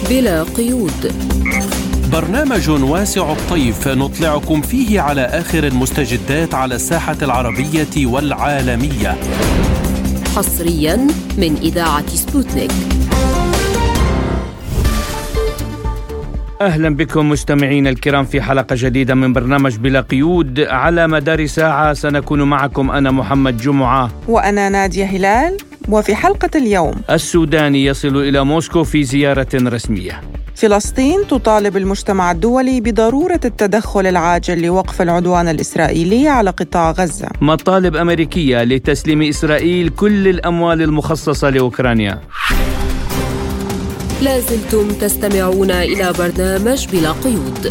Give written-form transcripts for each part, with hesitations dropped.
بلا قيود، برنامج واسع الطيف نطلعكم فيه على آخر المستجدات على الساحة العربية والعالمية، حصريا من إذاعة سبوتنيك. أهلا بكم مستمعين الكرام في حلقة جديدة من برنامج بلا قيود. على مدار ساعة سنكون معكم أنا محمد جمعة وأنا نادية هلال. وفي حلقة اليوم: السوداني يصل إلى موسكو في زيارة رسمية. فلسطين تطالب المجتمع الدولي بضرورة التدخل العاجل لوقف العدوان الإسرائيلي على قطاع غزة. مطالب أمريكية لتسليم إسرائيل كل الأموال المخصصة لأوكرانيا. لازلتم تستمعون إلى برنامج بلا قيود.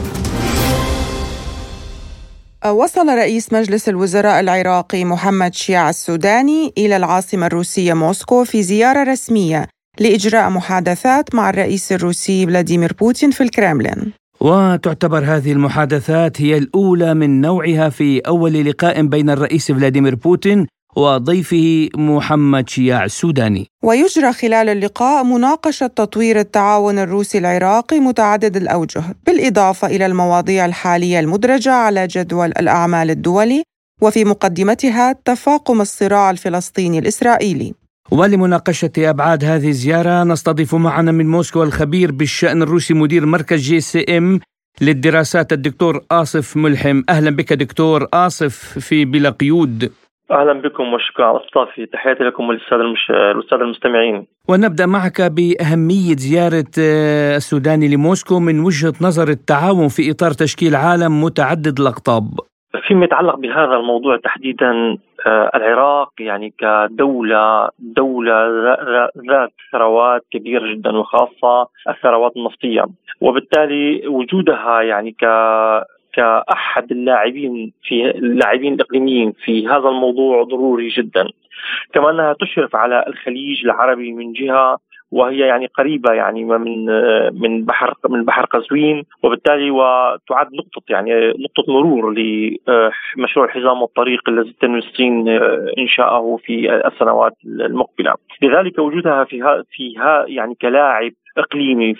وصل رئيس مجلس الوزراء العراقي محمد شياع السوداني إلى العاصمة الروسية موسكو في زيارة رسمية لإجراء محادثات مع الرئيس الروسي فلاديمير بوتين في الكرملين. وتعتبر هذه المحادثات هي الأولى من نوعها في أول لقاء بين الرئيس فلاديمير بوتين وضيفه محمد شياع السوداني. ويجرى خلال اللقاء مناقشة تطوير التعاون الروسي العراقي متعدد الأوجه، بالإضافة إلى المواضيع الحالية المدرجة على جدول الأعمال الدولي، وفي مقدمتها تفاقم الصراع الفلسطيني الإسرائيلي. ولمناقشة أبعاد هذه الزيارة نستضيف معنا من موسكو الخبير بالشأن الروسي مدير مركز GCM للدراسات الدكتور آصف ملحم. أهلا بك دكتور آصف في بلا قيود. أهلا بكم وشكرا على استضافتي. تحياتي لكم وللسادة المستمعين. ونبدأ معك بأهمية زيارة السوداني لموسكو من وجهة نظر التعاون في إطار تشكيل عالم متعدد الأقطاب. فيما يتعلق بهذا الموضوع تحديدا، العراق يعني كدولة ذات ثروات كبيرة جدا، وخاصة الثروات النفطية، وبالتالي وجودها يعني كأحد اللاعبين الإقليميين في هذا الموضوع ضروري جدا. كما أنها تشرف على الخليج العربي من جهة، وهي يعني قريبة يعني من بحر قزوين، وبالتالي وتعد نقطة مرور لمشروع حزام الطريق الذي تنوي الصين إنشاءه في السنوات المقبلة. لذلك وجودها فيها يعني كلاعب إقليمي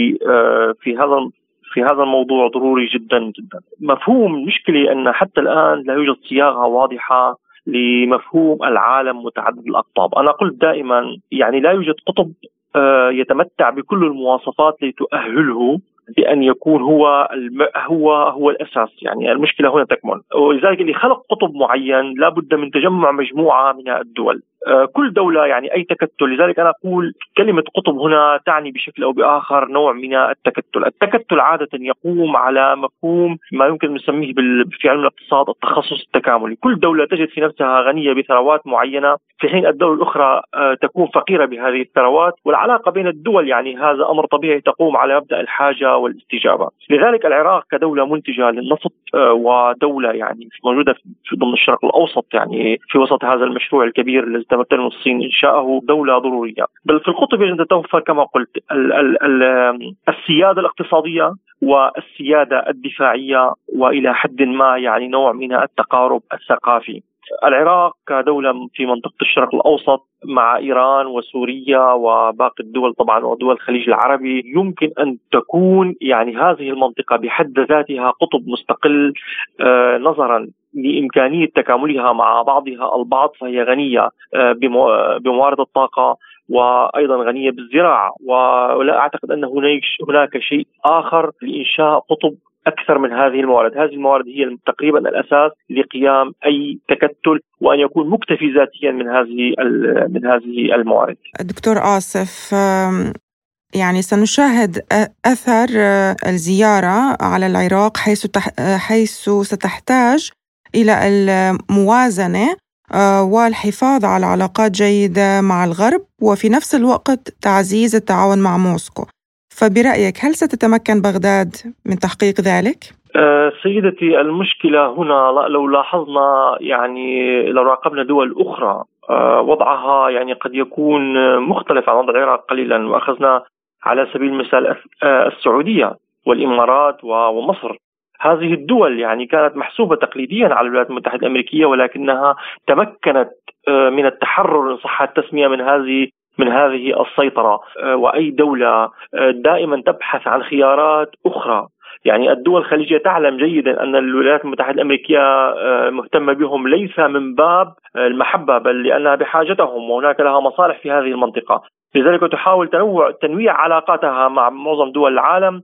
في هذا الموضوع ضروري جدا جدا. مفهوم المشكلة أن حتى الآن لا يوجد صياغة واضحة لمفهوم العالم متعدد الأقطاب. أنا قلت دائما يعني لا يوجد قطب يتمتع بكل المواصفات لتؤهله بأن يكون هو الأساس. يعني المشكلة هنا تكمن، ولذلك اللي خلق قطب معين لابد من تجمع مجموعة من الدول، كل دولة يعني أي تكتل. لذلك أنا أقول كلمة قطب هنا تعني بشكل أو بآخر نوع من التكتل. التكتل عادة يقوم على مفهوم ما يمكن نسميه في علم الاقتصاد التخصص التكاملي. كل دولة تجد في نفسها غنية بثروات معينة، في حين الدولة الأخرى تكون فقيرة بهذه الثروات، والعلاقة بين الدول يعني هذا أمر طبيعي تقوم على مبدأ الحاجة والاستجابة. لذلك العراق كدولة منتجة للنفط، ودولة يعني موجودة في ضمن الشرق الأوسط، يعني في وسط هذا المشروع الكبير الذي تمتن الصين إنشاءه، دولة ضرورية. بل في القطب يجب أن تتوفر كما قلت السيادة الاقتصادية والسيادة الدفاعية، وإلى حد ما يعني نوع من التقارب الثقافي. العراق كدولة في منطقة الشرق الأوسط مع إيران وسوريا وباقي الدول طبعا ودول الخليج العربي، يمكن أن تكون يعني هذه المنطقة بحد ذاتها قطب مستقل نظرا لإمكانية تكاملها مع بعضها البعض. فهي غنية بموارد الطاقة، وأيضا غنية بالزراعة، ولا أعتقد أن هناك شيء آخر لإنشاء قطب أكثر من هذه الموارد. هذه الموارد هي تقريبا الأساس لقيام أي تكتل، وأن يكون مكتفي ذاتيا من هذه الموارد. دكتور آصف، يعني سنشاهد أثر الزيارة على العراق حيث ستحتاج إلى الموازنة والحفاظ على علاقات جيدة مع الغرب، وفي نفس الوقت تعزيز التعاون مع موسكو. فبرأيك هل ستتمكن بغداد من تحقيق ذلك؟ سيدتي، المشكلة هنا لو لاحظنا يعني لو راقبنا دول أخرى وضعها يعني قد يكون مختلف عن وضع العراق قليلا، وأخذنا على سبيل المثال السعودية والإمارات ومصر. هذه الدول يعني كانت محسوبة تقليديا على الولايات المتحدة الأمريكية، ولكنها تمكنت من التحرر إن صح التسمية من هذه من هذه السيطرة، وأي دولة دائما تبحث عن خيارات أخرى. يعني الدول الخليجية تعلم جيدا أن الولايات المتحدة الأمريكية مهتمة بهم ليس من باب المحبة، بل لأنها بحاجتهم، وهناك لها مصالح في هذه المنطقة. لذلك تحاول تنويع علاقاتها مع معظم دول العالم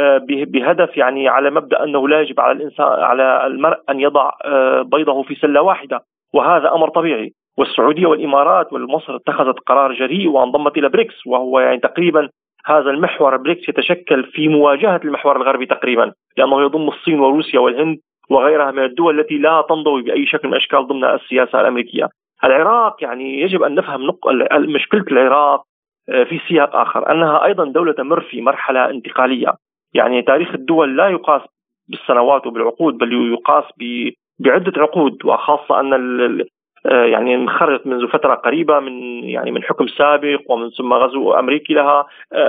بهدف يعني على مبدأ أنه لا يجب على الإنسان على المرء أن يضع بيضه في سلة واحدة، وهذا أمر طبيعي. والسعودية والإمارات ومصر اتخذت قرار جريء وانضمت إلى بريكس، وهو يعني تقريبا هذا المحور بريكس يتشكل في مواجهة المحور الغربي تقريبا، لأنه يضم الصين وروسيا والهند وغيرها من الدول التي لا تنضوي بأي شكل من الأشكال ضمن السياسة الأمريكية. العراق يعني يجب أن نفهم مشكلة العراق في سياق آخر، أنها أيضا دولة تمر في مرحلة انتقالية. يعني تاريخ الدول لا يقاس بالسنوات وبالعقود، بل يقاس بعدة عقود، وخاصة أن يعني نخرج منذ فترة قريبة من حكم سابق ومن ثم غزو أمريكي لها.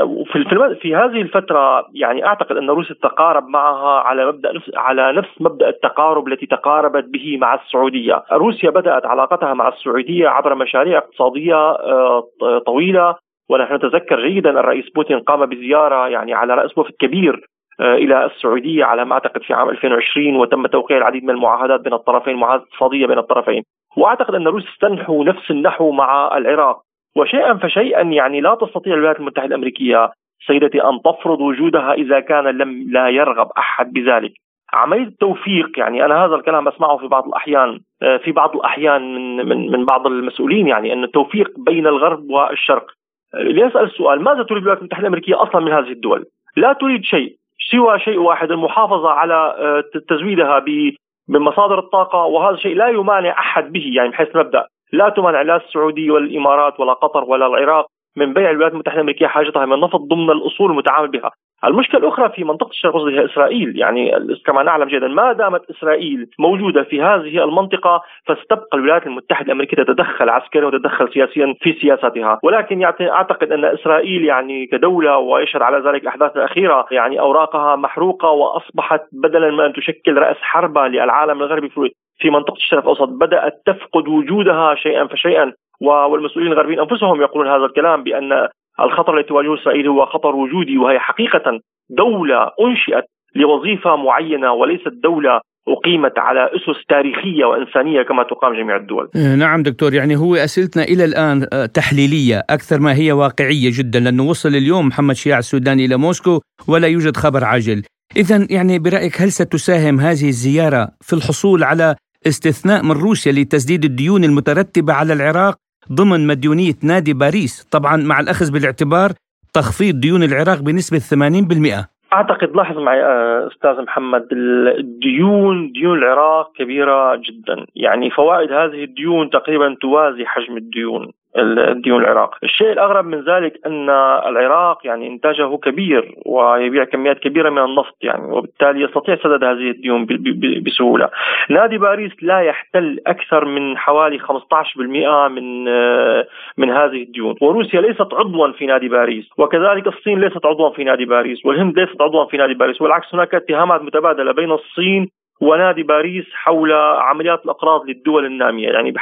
في هذه الفترة يعني أعتقد أن روسيا تقارب معها على نفس مبدأ التقارب التي تقاربت به مع السعودية. روسيا بدأت علاقتها مع السعودية عبر مشاريع اقتصادية طويلة، ونحن نتذكر جيدا الرئيس بوتين قام بزيارة يعني على رأس وفد كبير إلى السعودية على ما أعتقد في عام 2020، وتم توقيع العديد من المعاهدات بين الطرفين، معاهدات اقتصادية بين الطرفين. وأعتقد أن روسيا تنحو نفس النحو مع العراق، وشيئا فشيئا يعني لا تستطيع الولايات المتحدة الأمريكية سيدتي أن تفرض وجودها إذا كان لا يرغب أحد بذلك. عملية التوفيق، يعني أنا هذا الكلام أسمعه في بعض الأحيان من بعض المسؤولين، يعني أن التوفيق بين الغرب والشرق. ليسأل السؤال: ماذا تريد الولايات المتحدة الأمريكية أصلا من هذه الدول؟ لا تريد شيء سوى شيء واحد: المحافظة على تزويدها بمصادر الطاقة، وهذا الشيء لا يمانع أحد به، يعني بحيث المبدأ لا تمانع لا السعودية ولا الإمارات ولا قطر ولا العراق من بيع الولايات المتحدة الأمريكية حاجتها من النفط ضمن الأصول المتعامل بها. المشكلة الأخرى في منطقة الشرق الأوسط هي إسرائيل. يعني كما نعلم جيدا ما دامت إسرائيل موجودة في هذه المنطقة فستبقى الولايات المتحدة الأمريكية تتدخل عسكريا وتتدخل سياسيا في سياستها. ولكن أعتقد أن إسرائيل يعني كدولة، ويشهد على ذلك الأحداث الأخيرة، يعني أوراقها محروقة، وأصبحت بدلا من أن تشكل رأس حربة للعالم الغربي في منطقة الشرق الأوسط بدأت تفقد وجودها شيئا فشيئا. والمسؤولين الغربيين أنفسهم يقولون هذا الكلام، بأن الخطر الذي تواجهه إسرائيل هو خطر وجودي، وهي حقيقة دولة أنشئت لوظيفة معينة وليست دولة أقيمت على أسس تاريخية وإنسانية كما تقام جميع الدول. نعم دكتور، يعني هو أسئلتنا إلى الآن تحليلية أكثر ما هي واقعية جدا، لأنه وصل اليوم محمد شياع السوداني إلى موسكو ولا يوجد خبر عاجل. إذن يعني برأيك هل ستساهم هذه الزيارة في الحصول على استثناء من روسيا لتسديد الديون المترتبة على العراق ضمن مديونية نادي باريس، طبعا مع الأخذ بالاعتبار تخفيض ديون العراق بنسبة 80%؟ أعتقد لاحظ معي أستاذ محمد، ديون العراق كبيرة جدا، يعني فوائد هذه الديون تقريبا توازي حجم الديون العراق. الشيء الأغرب من ذلك أن العراق يعني إنتاجه كبير ويبيع كميات كبيرة من النفط، يعني وبالتالي يستطيع سدد هذه الديون بسهولة. نادي باريس لا يحتل أكثر من حوالي 15% من هذه الديون، وروسيا ليست عضوا في نادي باريس، وكذلك الصين ليست عضوا في نادي باريس، والهند ليست عضوا في نادي باريس. والعكس، هناك اتهامات متبادلة بين الصين ونادي باريس حول عمليات الأقراض للدول النامية، يعني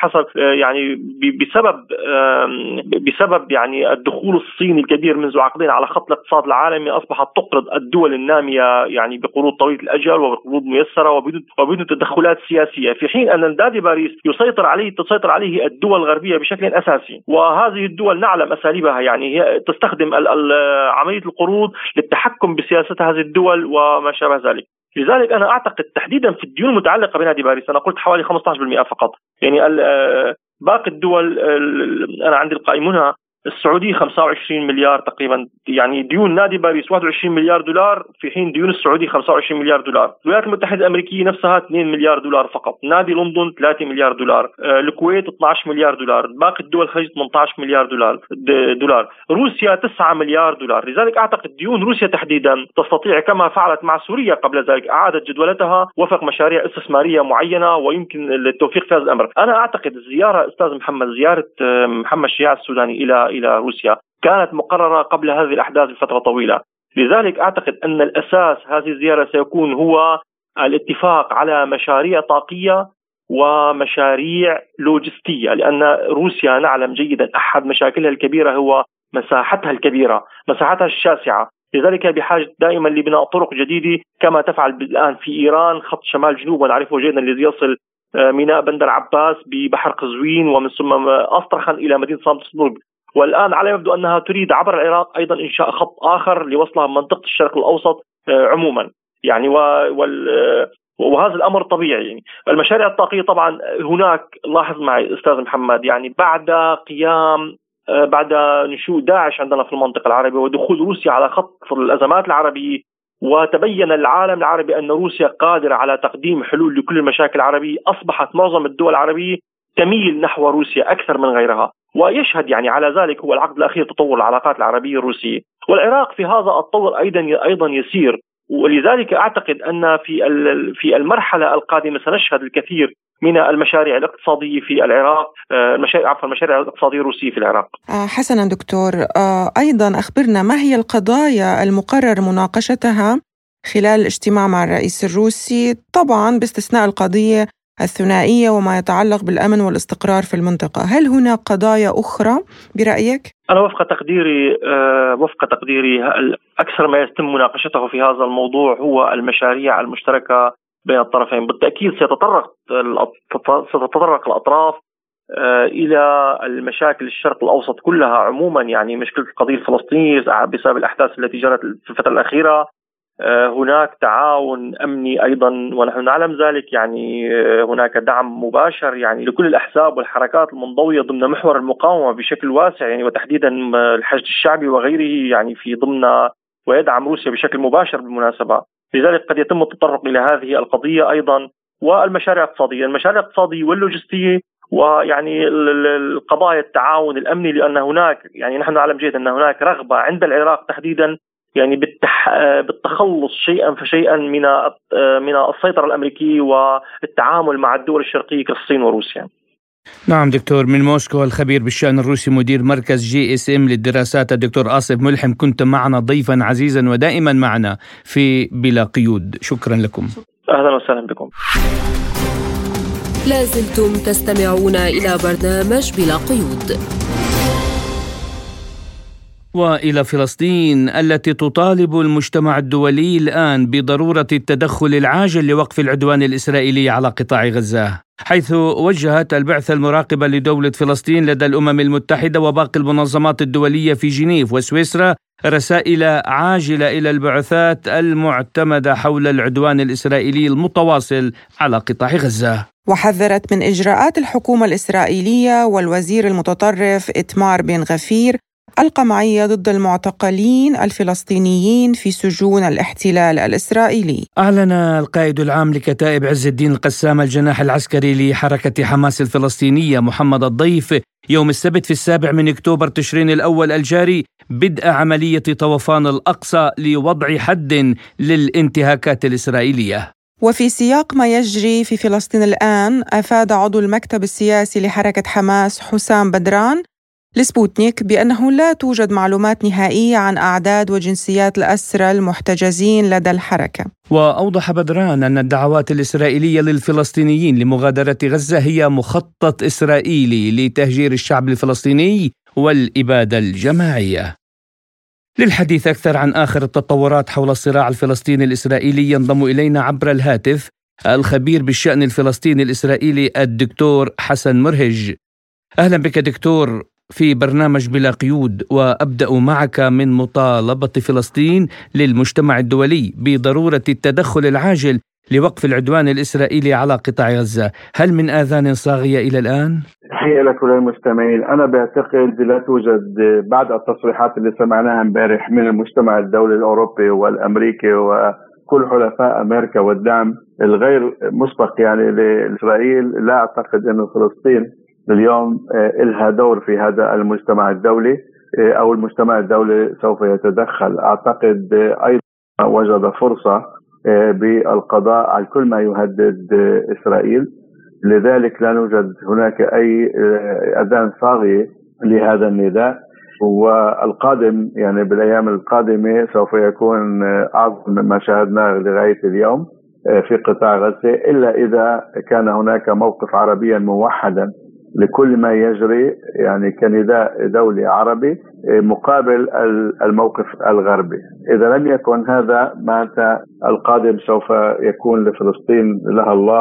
بسبب يعني الدخول الصيني الكبير منذ عقدين على خط الاقتصاد العالمي، أصبحت تقرض الدول النامية يعني بقروض طويلة الأجل وبقروض ميسرة وبدون تدخلات سياسية، في حين أن نادي باريس تسيطر عليه الدول الغربية بشكل أساسي. وهذه الدول نعلم أساليبها، يعني هي تستخدم عملية القروض للتحكم بسياسة هذه الدول وما شابه ذلك. لذلك أنا أعتقد تحديدا في الديون المتعلقة بنادي باريس، أنا قلت حوالي 15% فقط، يعني باقي الدول أنا عندي القائمون هنا: السعودية 25 مليار تقريبا، يعني ديون نادي باريس 21 مليار دولار، في حين ديون السعودية 25 مليار دولار. الولايات المتحدة الأمريكية نفسها 2 مليار دولار فقط، نادي لندن 3 مليار دولار، الكويت 12 مليار دولار، باقي الدول الخليج 18 مليار دولار، روسيا 9 مليار دولار. لذلك أعتقد ديون روسيا تحديدا تستطيع كما فعلت مع سوريا قبل ذلك أعادت جدولتها وفق مشاريع استثمارية معينة، ويمكن التوفيق في هذا الأمر. أنا أعتقد الزيارة أستاذ محمد، زيارة محمد شياع السوداني إلى روسيا كانت مقررة قبل هذه الأحداث بفترة طويلة. لذلك أعتقد أن الأساس هذه الزيارة سيكون هو الاتفاق على مشاريع طاقية ومشاريع لوجستية، لأن روسيا نعلم جيدا أحد مشاكلها الكبيرة هو مساحتها الكبيرة، مساحتها الشاسعة، لذلك بحاجة دائما لبناء طرق جديدة كما تفعل الآن في إيران. خط شمال جنوب ونعرفه جيدا الذي يصل ميناء بندر عباس ببحر قزوين ومن ثم أسطرخان إلى مدينة سان بطرسبرغ، والآن على يبدو أنها تريد عبر العراق أيضا إنشاء خط آخر لوصلها من منطقة الشرق الأوسط عموما يعني وهذا الأمر طبيعي. يعني المشاريع الطاقية طبعا هناك، لاحظ معي أستاذ محمد، يعني بعد نشوء داعش عندنا في المنطقة العربية ودخول روسيا على خط الأزمات العربية، وتبين العالم العربي أن روسيا قادرة على تقديم حلول لكل المشاكل العربية، أصبحت معظم الدول العربية تميل نحو روسيا أكثر من غيرها، ويشهد يعني على ذلك هو العقد الأخير تطور العلاقات العربية الروسية. والعراق في هذا التطور أيضا يسير، ولذلك أعتقد أن في المرحلة القادمة سنشهد الكثير من المشاريع الاقتصادية في العراق، المشاريع الاقتصادية الروسية في العراق. حسنا دكتور، أيضا أخبرنا ما هي القضايا المقرر مناقشتها خلال الاجتماع مع الرئيس الروسي، طبعا باستثناء القضية الثنائية وما يتعلق بالأمن والاستقرار في المنطقة. هل هناك قضايا أخرى برأيك؟ أنا وفق تقديري أكثر ما يتم مناقشته في هذا الموضوع هو المشاريع المشتركة بين الطرفين. بالتأكيد ستتطرق الأطراف إلى المشاكل الشرق الأوسط كلها عموما، يعني مشكلة القضية الفلسطينية بسبب الأحداث التي جرت في الفترة الأخيرة. هناك تعاون أمني أيضا ونحن نعلم ذلك، يعني هناك دعم مباشر يعني لكل الأحزاب والحركات المنضوية ضمن محور المقاومة بشكل واسع، يعني وتحديدا الحشد الشعبي وغيره، يعني في ضمن ويدعم روسيا بشكل مباشر بالمناسبة. لذلك قد يتم التطرق إلى هذه القضية أيضا، والمشاريع الاقتصادية واللوجستية، ويعني القضايا التعاون الأمني، لأن هناك يعني نحن نعلم جيدا أن هناك رغبة عند العراق تحديدا يعني بالتخلص شيئا فشيئا من السيطرة الأمريكية والتعامل مع الدول الشرقية كالصين وروسيا. نعم دكتور، من موسكو الخبير بالشأن الروسي مدير مركز GSM للدراسات الدكتور آصف ملحم، كنت معنا ضيفا عزيزا ودائما معنا في بلا قيود، شكرا لكم. أهلا وسهلا بكم. لازلتم تستمعون إلى برنامج بلا قيود. وإلى فلسطين التي تطالب المجتمع الدولي الآن بضرورة التدخل العاجل لوقف العدوان الإسرائيلي على قطاع غزة، حيث وجهت البعثة المراقبة لدولة فلسطين لدى الأمم المتحدة وباقي المنظمات الدولية في جنيف وسويسرا رسائل عاجلة إلى البعثات المعتمدة حول العدوان الإسرائيلي المتواصل على قطاع غزة. وحذرت من إجراءات الحكومة الإسرائيلية والوزير المتطرف إتمار بن غفير القمعية ضد المعتقلين الفلسطينيين في سجون الاحتلال الإسرائيلي. أعلن القائد العام لكتائب عز الدين القسام الجناح العسكري لحركة حماس الفلسطينية محمد الضيف يوم السبت في 7 أكتوبر تشرين الأول الجاري بدء عملية طوفان الأقصى لوضع حد للانتهاكات الإسرائيلية. وفي سياق ما يجري في فلسطين الآن، أفاد عضو المكتب السياسي لحركة حماس حسام بدران لسبوتنيك بأنه لا توجد معلومات نهائية عن أعداد وجنسيات الأسرى المحتجزين لدى الحركة. وأوضح بدران أن الدعوات الإسرائيلية للفلسطينيين لمغادرة غزة هي مخطط إسرائيلي لتهجير الشعب الفلسطيني والإبادة الجماعية. للحديث أكثر عن آخر التطورات حول الصراع الفلسطيني الإسرائيلي ينضم إلينا عبر الهاتف الخبير بالشأن الفلسطيني الإسرائيلي الدكتور حسن مرهج. أهلا بك دكتور في برنامج بلا قيود، وأبدأ معك من مطالبة فلسطين للمجتمع الدولي بضرورة التدخل العاجل لوقف العدوان الإسرائيلي على قطاع غزة. هل من آذان صاغية إلى الآن؟ تحية لكل المستمعين. أنا بعتقد لا توجد بعد التصريحات اللي سمعناها امبارح من المجتمع الدولي الأوروبي والأمريكي وكل حلفاء أمريكا والدعم الغير مسبق يعني لإسرائيل، لا أعتقد أن فلسطين اليوم إلها دور في هذا المجتمع الدولي أو المجتمع الدولي سوف يتدخل. أعتقد أيضا وجد فرصة بالقضاء على كل ما يهدد إسرائيل، لذلك لا يوجد هناك أي أذان صاغية لهذا النداء. والقادم يعني بالأيام القادمة سوف يكون أعظم مما شاهدناه لغاية اليوم. في قطاع غزة، إلا إذا كان هناك موقف عربيا موحدا لكل ما يجري، يعني كنداء دولي عربي مقابل الموقف الغربي. إذا لم يكن هذا، معناتها القادم سوف يكون لفلسطين لها الله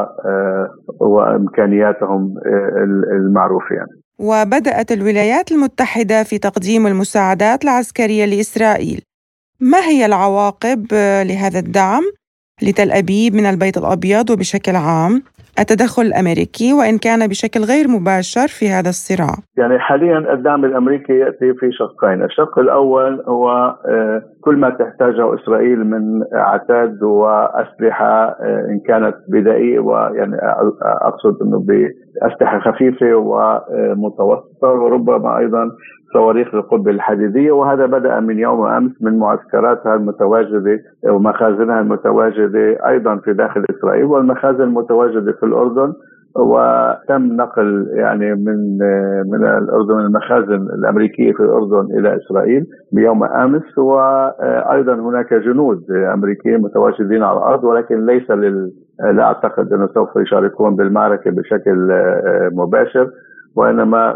وإمكانياتهم المعروفة يعني. وبدأت الولايات المتحدة في تقديم المساعدات العسكرية لإسرائيل. ما هي العواقب لهذا الدعم لتل أبيب من البيت الأبيض وبشكل عام التدخل الأمريكي وإن كان بشكل غير مباشر في هذا الصراع؟ يعني حاليا الدعم الأمريكي يأتي في شقين. الشق الأول هو كل ما تحتاجه إسرائيل من عتاد وأسلحة إن كانت بدائية، ويعني أقصد أنه بأسلحة خفيفة ومتوسطة، وربما أيضا صواريخ القبة الحديدية. وهذا بدأ من يوم أمس من معسكراتها المتواجدة ومخازنها المتواجدة أيضا في داخل إسرائيل، والمخازن المتواجدة في الأردن. وتم نقل يعني من الأردن المخازن الأمريكية في الأردن إلى إسرائيل بيوم أمس. وأيضا هناك جنود أمريكيين متواجدين على الأرض، ولكن ليس لا أعتقد أنه سوف يشاركون بالمعركة بشكل مباشر، وإنما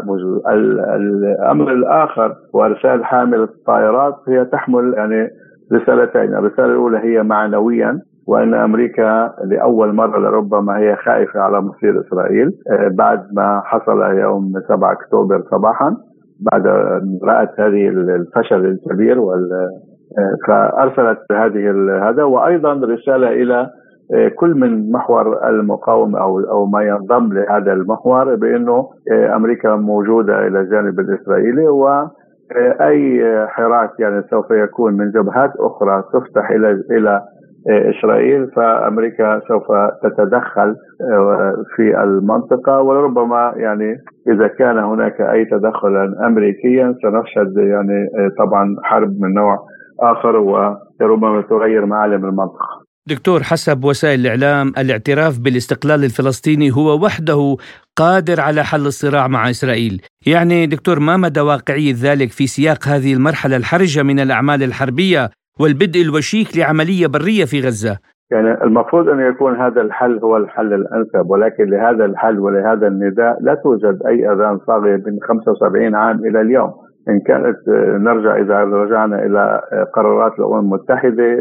الأمر الآخر وإرسال حامل الطائرات هي تحمل يعني رسالتين. الرسالة الأولى هي معنويا، وأن أمريكا لأول مرة لربما هي خائفة على مصير إسرائيل بعد ما حصل يوم 7 أكتوبر صباحا، بعد رأت هذه الفشل الكبير فأرسلت هذا. وأيضا رسالة إلى كل من محور المقاومة أو ما ينضم لهذا المحور بأنه أمريكا موجودة إلى الجانب الإسرائيلي، وأي حراك يعني سوف يكون من جبهات أخرى تفتح إلى إسرائيل، فأمريكا سوف تتدخل في المنطقة. ولربما يعني إذا كان هناك أي تدخل أمريكيا سنشهد يعني طبعا حرب من نوع آخر وربما تغير معالم المنطقة. دكتور، حسب وسائل الإعلام الاعتراف بالاستقلال الفلسطيني هو وحده قادر على حل الصراع مع إسرائيل. يعني دكتور، ما مدى واقعية ذلك في سياق هذه المرحلة الحرجة من الأعمال الحربية والبدء الوشيك لعملية برية في غزة؟ يعني المفروض أن يكون هذا الحل هو الحل الأنسب، ولكن لهذا الحل ولهذا النداء لا توجد أي أذان صاغية من 75 عام إلى اليوم. إن كانت إذا رجعنا إلى قرارات الأمم المتحدة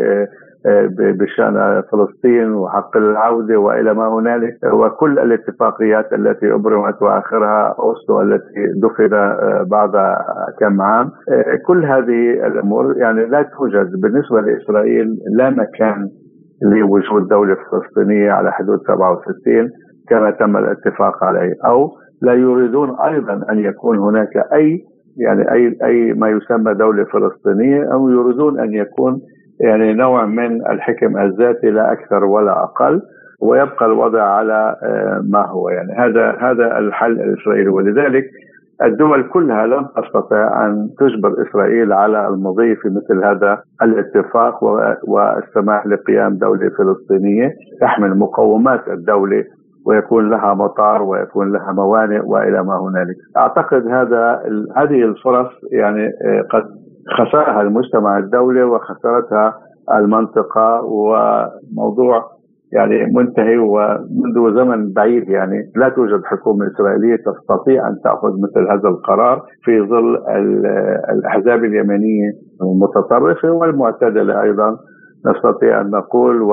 بشأن فلسطين وحق العودة وإلى ما هنالك، وكل الاتفاقيات التي أبرمت وآخرها أوسلو التي دفن بعد كم عام، كل هذه الأمور يعني لا توجد بالنسبة لإسرائيل لا مكان لوجود دولة فلسطينية على حدود 67 كما تم الاتفاق عليه، أو لا يريدون أيضا أن يكون هناك أي ما يسمى دولة فلسطينية، أو يريدون أن يكون يعني نوع من الحكم الذاتي لا أكثر ولا أقل، ويبقى الوضع على ما هو. يعني هذا الحل الإسرائيلي. ولذلك الدول كلها لم تستطع أن تجبر إسرائيل على المضي في مثل هذا الاتفاق والسماح لقيام دولة فلسطينية تحمل مقومات الدولة ويكون لها مطار ويكون لها موانئ وإلى ما هنالك. أعتقد هذه الفرص يعني قد خسرها المجتمع الدولي وخسرتها المنطقة، وموضوع يعني منتهي ومنذ زمن بعيد. يعني لا توجد حكومة إسرائيلية تستطيع أن تأخذ مثل هذا القرار في ظل الأحزاب اليمنية المتطرفة والمعتدلة أيضا نستطيع أن نقول،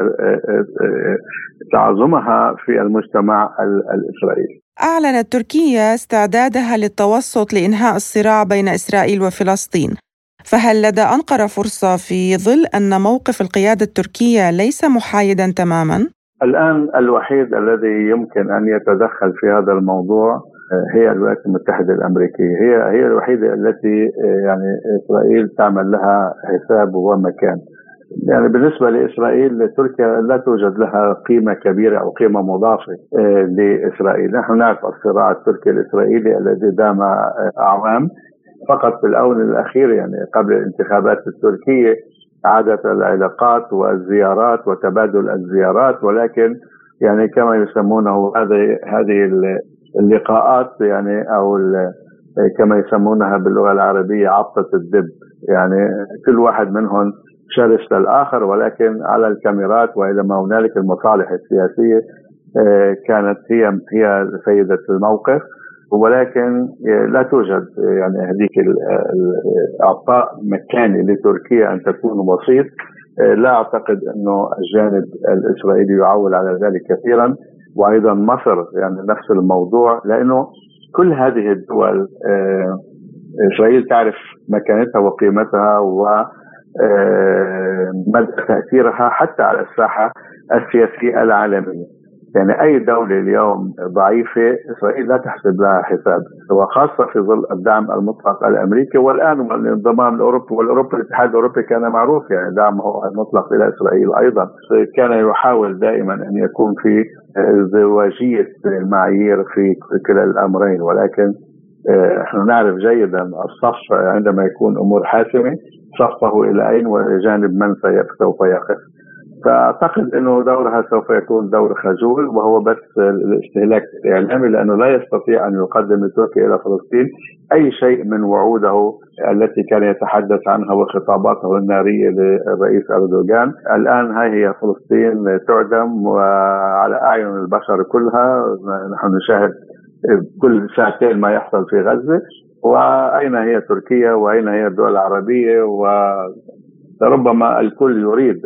وتعظمها في المجتمع الإسرائيلي. أعلنت تركيا استعدادها للتوسط لإنهاء الصراع بين إسرائيل وفلسطين، فهل لدى أنقرة فرصة في ظل أن موقف القيادة التركية ليس محايدا تماما؟ الآن الوحيد الذي يمكن أن يتدخل في هذا الموضوع هي الولايات المتحدة الأمريكية. هي الوحيدة التي يعني إسرائيل تعمل لها حساب ومكان. يعني بالنسبة لإسرائيل تركيا لا توجد لها قيمة كبيرة أو قيمة مضافة لإسرائيل. نحن نعرف الصراع التركي الإسرائيلي الذي دام أعوام، فقط في الآونة الأخيرة يعني قبل الانتخابات التركية عادت العلاقات والزيارات وتبادل الزيارات، ولكن يعني كما يسمونه هذه اللقاءات يعني أو كما يسمونها باللغة العربية عبطة الدب. يعني كل واحد منهم شرس للآخر، ولكن على الكاميرات وإلى ما هنالك المصالح السياسية كانت هي سيدة الموقف، ولكن لا توجد يعني هذيك إعطاء مكاني لتركيا أن تكون وسيط. لا أعتقد أنه الجانب الإسرائيلي يعول على ذلك كثيرا، وأيضا مصر يعني نفس الموضوع، لأنه كل هذه الدول إسرائيل تعرف مكانتها وقيمتها ومدى تأثيرها حتى على الساحة السياسية العالمية. يعني أي دولة اليوم ضعيفة إسرائيل لا تحسب لها حساب، وخاصة في ظل الدعم المطلق الأمريكي والآن الانضمام الأوروبي، والأوروبي الاتحاد الأوروبي كان معروف يعني دعمه المطلق إلى إسرائيل. أيضا كان يحاول دائما أن يكون في ازدواجية المعايير في كلا الأمرين، ولكن نحن نعرف جيدا الصف عندما يكون أمور حاسمة صفه إلى أين وجانب من سوف يقف. فأعتقد أنه دورها سوف يكون دور خجول، وهو بس الاستهلاك الإعلامي، لأنه لا يستطيع أن يقدم لتركيا إلى فلسطين أي شيء من وعوده التي كان يتحدث عنها وخطاباته النارية للرئيس أردوغان. الآن هي فلسطين تعدم وعلى أعين البشر كلها، نحن نشاهد كل ساعتين ما يحصل في غزة. وأين هي تركيا وأين هي الدول العربية؟ وربما الكل يريد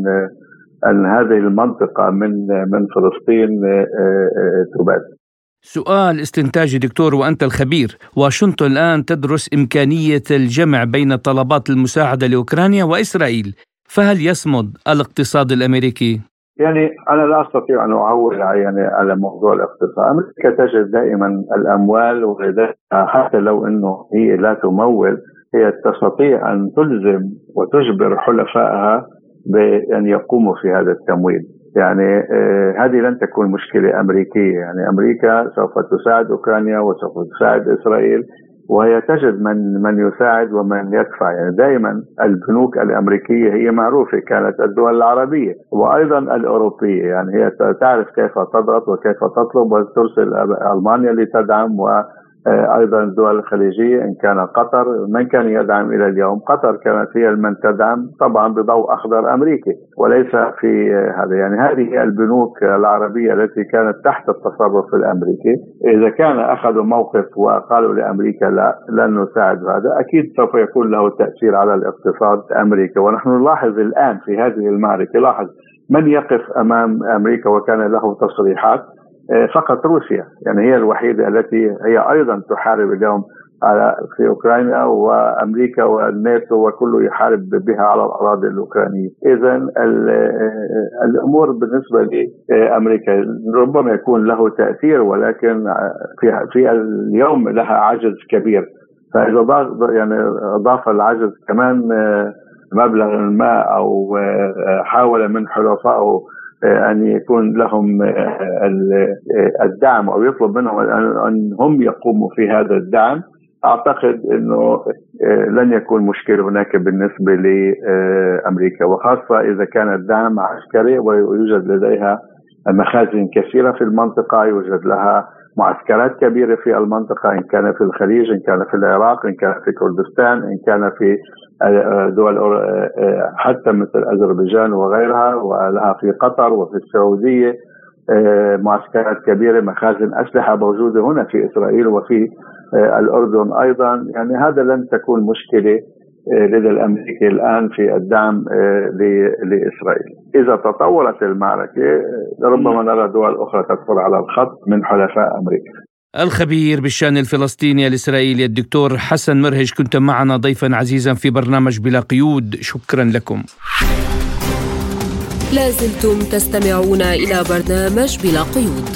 أن هذه المنطقة من فلسطين تباد. سؤال استنتاجي دكتور وأنت الخبير، واشنطن الآن تدرس إمكانية الجمع بين طلبات المساعدة لأوكرانيا وإسرائيل، فهل يصمد الاقتصاد الأمريكي؟ يعني أنا لا أستطيع أن أعول يعني على موضوع الاقتصاد. أمريكا تجد دائما الأموال وغيرها، حتى لو أنه هي لا تمول، هي تستطيع أن تلزم وتجبر حلفائها بأن يقوموا في هذا التمويل. يعني هذه لن تكون مشكلة أمريكية. يعني أمريكا سوف تساعد أوكرانيا وسوف تساعد إسرائيل، وهي تجد من يساعد ومن يدفع. يعني دائما البنوك الأمريكية هي معروفة، كانت الدول العربية وأيضا الأوروبية، يعني هي تعرف كيف تضغط وكيف تطلب وترسل ألمانيا لتدعم، وأيضا الدول الخليجية إن كان قطر. من كان يدعم إلى اليوم؟ قطر كانت هي من تدعم، طبعا بضوء أخضر أمريكي وليس في هذا. يعني هذه البنوك العربية التي كانت تحت التصرف الأمريكي، إذا كان أخذوا موقف وقالوا لأمريكا لا لن نساعد هذا، أكيد سوف يكون له تأثير على الاقتصاد الأمريكي. ونحن نلاحظ الآن في هذه المعركة، لاحظ من يقف أمام أمريكا وكان له تصريحات، فقط روسيا. يعني هي الوحيدة التي هي أيضا تحارب اليوم في أوكرانيا، وأمريكا والناتو وكله يحارب بها على الأراضي الأوكرانية. إذن الأمور بالنسبة لأمريكا ربما يكون له تأثير، ولكن في اليوم لها عجز كبير. فإذا أضاف العجز كمان مبلغ ما أو حاول من حلفائه أن يكون لهم الدعم أو يطلب منهم أن هم يقوموا في هذا الدعم، أعتقد أنه لن يكون مشكلة هناك بالنسبة لأمريكا، وخاصة إذا كان الدعم عسكري ويوجد لديها مخازن كثيرة في المنطقة، يوجد لها معسكرات كبيرة في المنطقة، إن كان في الخليج، إن كان في العراق، إن كان في كردستان، إن كان في دول حتى مثل أذربيجان وغيرها، ولها في قطر وفي السعودية معسكرات كبيرة، مخازن أسلحة موجودة هنا في إسرائيل وفي الأردن أيضا. يعني هذا لن تكون مشكلة لدى الأمريكي الآن في الدعم لإسرائيل. إذا تطورت المعركة ربما نرى دول أخرى تدخل على الخط من حلفاء أمريكا. الخبير بالشأن الفلسطيني الإسرائيلي الدكتور حسن مرهج، كنت معنا ضيفا عزيزا في برنامج بلا قيود، شكرا لكم. لازلتم تستمعون إلى برنامج بلا قيود.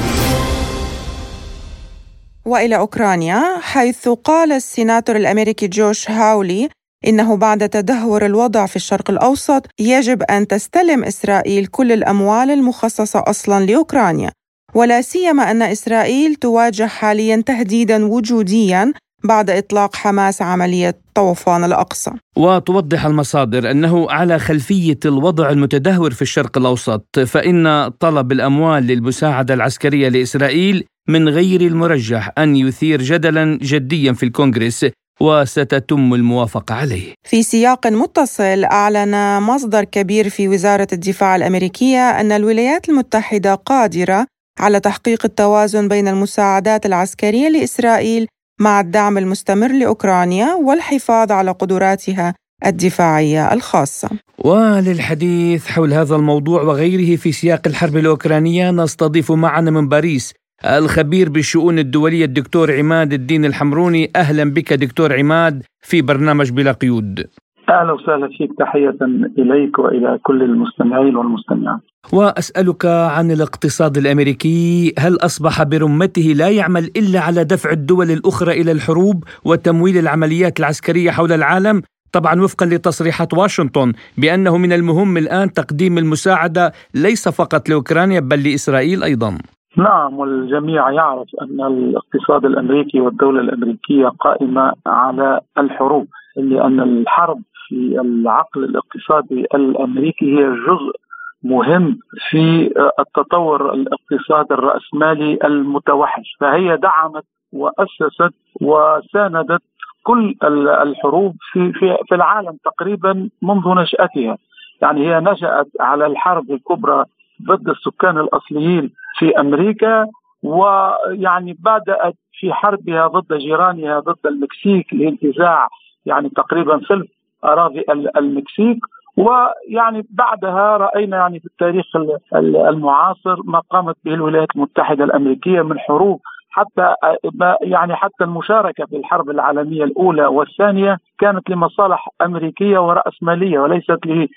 وإلى أوكرانيا، حيث قال السيناتور الأمريكي جوش هاولي إنه بعد تدهور الوضع في الشرق الأوسط يجب أن تستلم إسرائيل كل الأموال المخصصة أصلاً لأوكرانيا، ولا سيما أن إسرائيل تواجه حالياً تهديداً وجودياً بعد إطلاق حماس عملية طوفان الأقصى. وتوضح المصادر أنه على خلفية الوضع المتدهور في الشرق الأوسط، فإن طلب الأموال للمساعدة العسكرية لإسرائيل من غير المرجح أن يثير جدلا جديا في الكونغرس، وستتم الموافقة عليه. في سياق متصل، أعلن مصدر كبير في وزارة الدفاع الأمريكية أن الولايات المتحدة قادرة على تحقيق التوازن بين المساعدات العسكرية لإسرائيل مع الدعم المستمر لأوكرانيا والحفاظ على قدراتها الدفاعية الخاصة. وللحديث حول هذا الموضوع وغيره في سياق الحرب الأوكرانية نستضيف معنا من باريس الخبير بالشؤون الدولية الدكتور عماد الدين الحمروني. أهلا بك دكتور عماد في برنامج بلا قيود. أهلا وسهلا فيك، تحية إليك وإلى كل المستمعين والمستمعات. وأسألك عن الاقتصاد الأمريكي، هل أصبح برمته لا يعمل إلا على دفع الدول الأخرى إلى الحروب وتمويل العمليات العسكرية حول العالم؟ طبعا وفقا لتصريحات واشنطن بأنه من المهم الآن تقديم المساعدة ليس فقط لأوكرانيا بل لإسرائيل أيضا. نعم، والجميع يعرف أن الاقتصاد الأمريكي والدولة الأمريكية قائمة على الحروب، لأن الحرب في العقل الاقتصادي الأمريكي هي جزء مهم في التطور الاقتصادي الرأسمالي المتوحش، فهي دعمت وأسست وساندت كل الحروب في العالم تقريبا منذ نشأتها. يعني هي نشأت على الحرب الكبرى ضد السكان الأصليين في أمريكا، ويعني بدأت في حربها ضد جيرانها ضد المكسيك لانتزاع يعني تقريبا ثلث أراضي المكسيك. ويعني بعدها رأينا يعني في التاريخ المعاصر ما قامت به الولايات المتحدة الأمريكية من حروب، حتى المشاركة في الحرب العالمية الأولى والثانية كانت لمصالح أمريكية ورأسمالية وليست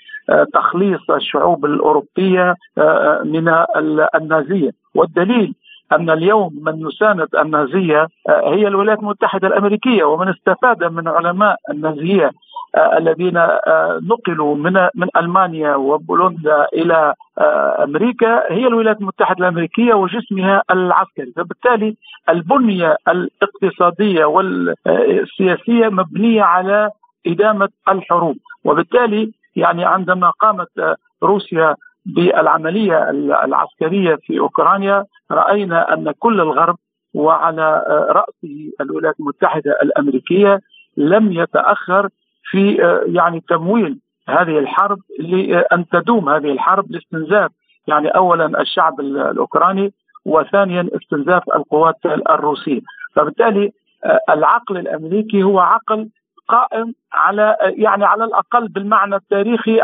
لتخليص الشعوب الأوروبية من النازية. والدليل أن اليوم من يساند النازية هي الولايات المتحدة الأمريكية، ومن استفاد من علماء النازية الذين نقلوا من ألمانيا وبولندا إلى أمريكا هي الولايات المتحدة الأمريكية وجسمها العسكري. فبالتالي البنية الاقتصادية والسياسية مبنية على إدامة الحروب. وبالتالي يعني عندما قامت روسيا بالعملية العسكرية في أوكرانيا رأينا أن كل الغرب وعلى رأسه الولايات المتحدة الأمريكية لم يتأخر في يعني تمويل هذه الحرب لأن تدوم هذه الحرب لاستنزاف يعني أولا الشعب الأوكراني وثانيا استنزاف القوات الروسية. فبالتالي العقل الأمريكي هو عقل قائم على يعني على الأقل بالمعنى التاريخي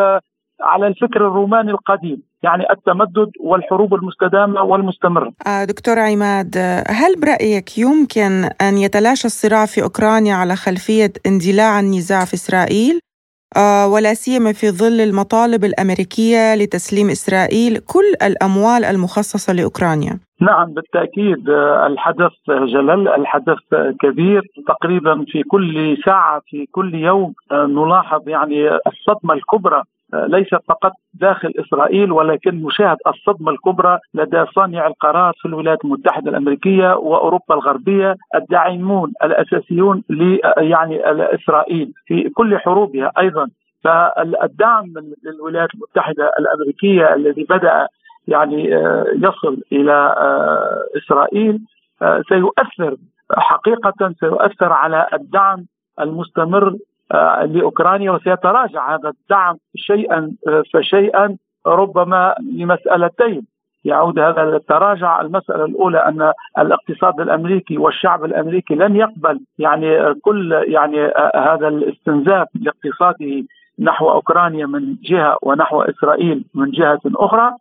على الفكر الروماني القديم، يعني التمدد والحروب المستدامة والمستمرة. دكتور عماد، هل برأيك يمكن أن يتلاشى الصراع في أوكرانيا على خلفية اندلاع النزاع في إسرائيل، ولا سيما في ظل المطالب الأمريكية لتسليم إسرائيل كل الأموال المخصصة لأوكرانيا؟ نعم بالتأكيد، الحدث جلل، الحدث كبير، تقريبا في كل ساعة في كل يوم نلاحظ يعني الصدمة الكبرى ليست فقط داخل إسرائيل ولكن نشاهد الصدمة الكبرى لدى صانع القرار في الولايات المتحدة الأمريكية وأوروبا الغربية الداعمون الأساسيون يعني إسرائيل في كل حروبها أيضا. فالدعم للولايات المتحدة الأمريكية الذي بدأ يعني يصل إلى إسرائيل سيؤثر حقيقة، سيؤثر على الدعم المستمر لأوكرانيا، وسيتراجع هذا الدعم شيئا فشيئا ربما لمسألتين يعود هذا التراجع. المسألة الأولى أن الاقتصاد الأمريكي والشعب الأمريكي لن يقبل يعني كل يعني هذا الاستنزاف الاقتصادي نحو أوكرانيا من جهة ونحو إسرائيل من جهة أخرى.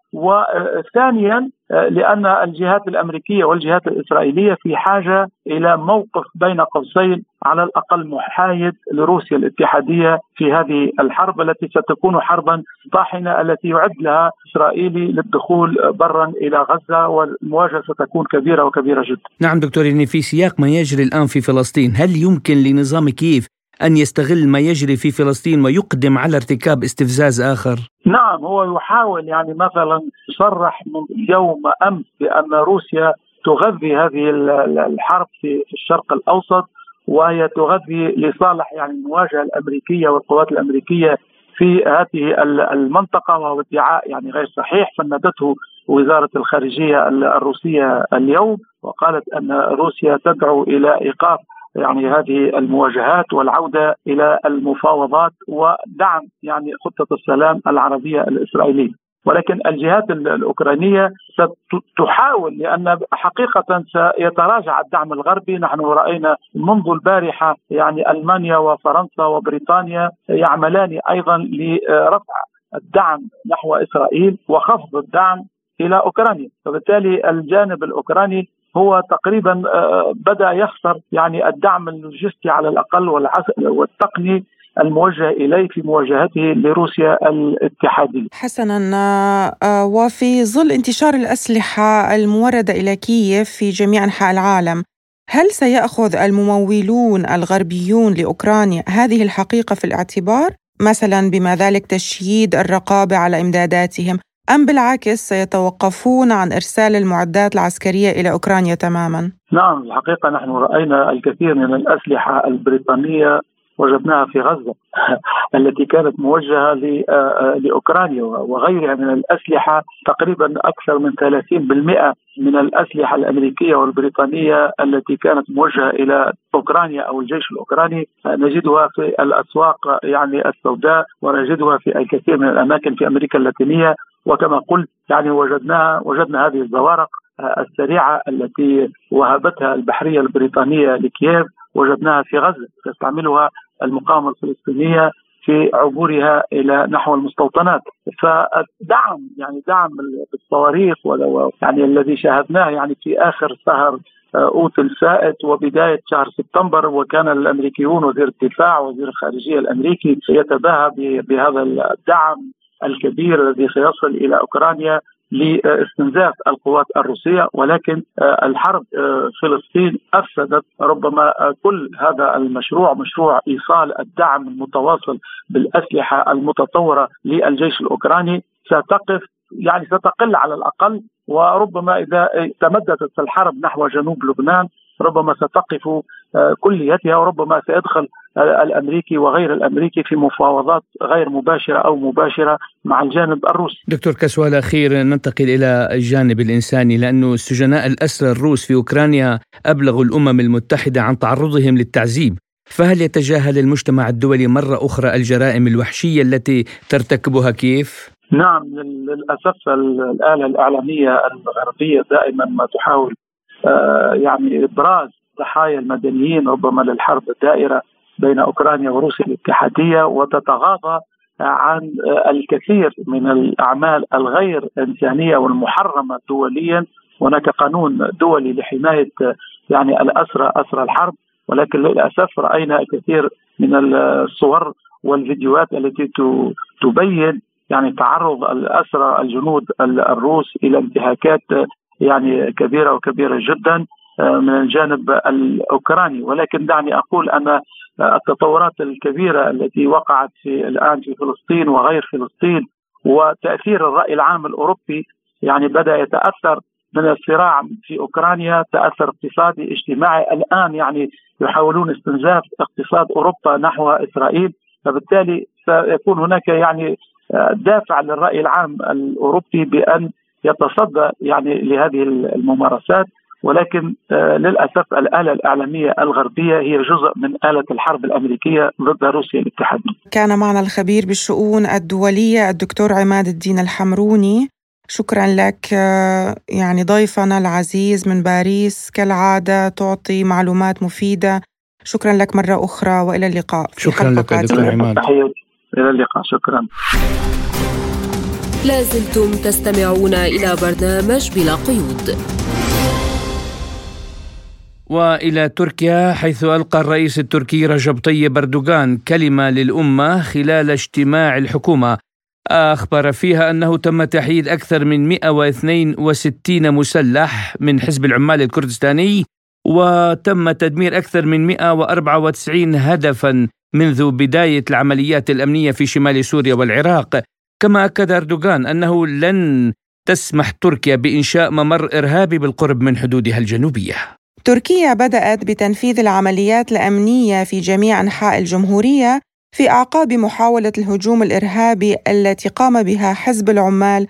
وثانيا لأن الجهات الأمريكية والجهات الإسرائيلية في حاجة إلى موقف بين قوسين على الأقل محايد لروسيا الاتحادية في هذه الحرب التي ستكون حربا طاحنة التي يعد لها إسرائيلي للدخول برا إلى غزة، والمواجهة ستكون كبيرة وكبيرة جدا. نعم دكتور، يعني في سياق ما يجري الآن في فلسطين، هل يمكن لنظام كييف أن يستغل ما يجري في فلسطين ويقدم على ارتكاب استفزاز آخر؟ نعم، هو يحاول يعني مثلا صرح من يوم أمس بأن روسيا تغذي هذه الحرب في الشرق الأوسط، وهي تغذي لصالح يعني المواجهة الأمريكية والقوات الأمريكية في هذه المنطقة، وهو ادعاء يعني غير صحيح فندته وزارة الخارجية الروسية اليوم، وقالت أن روسيا تدعو إلى إيقاف يعني هذه المواجهات والعودة إلى المفاوضات ودعم يعني خطة السلام العربية الإسرائيلية. ولكن الجهات الأوكرانية ستحاول، لأن حقيقة سيتراجع الدعم الغربي. نحن رأينا منذ البارحة يعني ألمانيا وفرنسا وبريطانيا يعملان أيضا لرفع الدعم نحو إسرائيل وخفض الدعم إلى أوكرانيا، فبالتالي الجانب الأوكراني هو تقريبا بدأ يخسر يعني الدعم اللوجستي على الأقل والتقني الموجه إليه في مواجهته لروسيا الاتحادية. حسنا، وفي ظل انتشار الأسلحة الموردة إلى كييف في جميع أنحاء العالم، هل سيأخذ الممولون الغربيون لأوكرانيا هذه الحقيقة في الاعتبار، مثلا بما ذلك تشييد الرقابة على إمداداتهم، أم بالعكس سيتوقفون عن إرسال المعدات العسكرية إلى أوكرانيا تماما؟ نعم، الحقيقة نحن رأينا الكثير من الأسلحة البريطانية وجدناها في غزة التي كانت موجهة لأوكرانيا وغيرها من الأسلحة. تقريبا أكثر من 30% من الأسلحة الأمريكية والبريطانية التي كانت موجهة إلى أوكرانيا أو الجيش الأوكراني نجدها في الأسواق يعني السوداء، ونجدها في الكثير من الأماكن في أمريكا اللاتينية. وكما قلت يعني وجدنا هذه الزوارق السريعة التي وهبتها البحرية البريطانية لكييف، وجدناها في غزة تستعملها المقاومة الفلسطينية في عبورها إلى نحو المستوطنات. فدعم يعني دعم بالصواريخ يعني الذي شاهدناه يعني في آخر شهر أوت الفائت وبداية شهر سبتمبر، وكان الأمريكيون وزير الدفاع وزير الخارجية الأمريكي يتباهى بهذا الدعم الكبير الذي سيصل إلى أوكرانيا لاستنزاف القوات الروسية. ولكن الحرب فلسطين أفسدت ربما كل هذا المشروع، مشروع إيصال الدعم المتواصل بالأسلحة المتطورة للجيش الأوكراني ستقل على الأقل. وربما إذا تمددت الحرب نحو جنوب لبنان ربما ستقف كليتها، وربما سيدخل الأمريكي وغير الأمريكي في مفاوضات غير مباشرة أو مباشرة مع الجانب الروسي. دكتور كسوال، أخير ننتقل إلى الجانب الإنساني، لأنه السجناء الأسرى الروس في أوكرانيا أبلغوا الأمم المتحدة عن تعرضهم للتعذيب، فهل يتجاهل المجتمع الدولي مرة أخرى الجرائم الوحشية التي ترتكبها كييف؟ نعم، للأسف الآلة الإعلامية الغربية دائما ما تحاول يعني إبراز ضحايا المدنيين ربما للحرب الدائرة بين أوكرانيا وروسيا الاتحادية، وتتغاضى عن الكثير من الأعمال الغير إنسانية والمحرمة دوليا. هناك قانون دولي لحماية يعني أسرى الحرب، ولكن للأسف رأينا الكثير من الصور والفيديوهات التي تبين يعني تعرض الأسرى الجنود الروس إلى انتهاكات يعني كبيرة جدا من الجانب الأوكراني. ولكن دعني أقول أن التطورات الكبيرة التي وقعت الآن في فلسطين وغير فلسطين وتأثير الرأي العام الأوروبي يعني بدأ يتأثر من الصراع في أوكرانيا، تأثر اقتصادي اجتماعي. الآن يعني يحاولون استنزاف اقتصاد أوروبا نحو إسرائيل، فبالتالي سيكون هناك يعني دافع للرأي العام الأوروبي بأن يتصدى يعني لهذه الممارسات. ولكن للأسف الآلة الإعلامية الغربية هي جزء من آلة الحرب الأمريكية ضد روسيا الاتحادية. كان معنا الخبير بالشؤون الدولية الدكتور عماد الدين الحمروني. شكرا لك يعني ضيفنا العزيز من باريس، كالعادة تعطي معلومات مفيدة. شكرا لك مرة أخرى وإلى اللقاء. شكرا لك دكتور عماد. إلى اللقاء. شكرا. لازلتم تستمعون إلى برنامج بلا قيود. وإلى تركيا، حيث ألقى الرئيس التركي رجب طيب أردوغان كلمة للأمة خلال اجتماع الحكومة أخبر فيها أنه تم تحييد أكثر من 162 مسلح من حزب العمال الكردستاني، وتم تدمير أكثر من 194 هدفا منذ بداية العمليات الأمنية في شمال سوريا والعراق. كما أكد أردوغان أنه لن تسمح تركيا بإنشاء ممر إرهابي بالقرب من حدودها الجنوبية. تركيا بدأت بتنفيذ العمليات الأمنية في جميع أنحاء الجمهورية في أعقاب محاولة الهجوم الإرهابي التي قام بها حزب العمال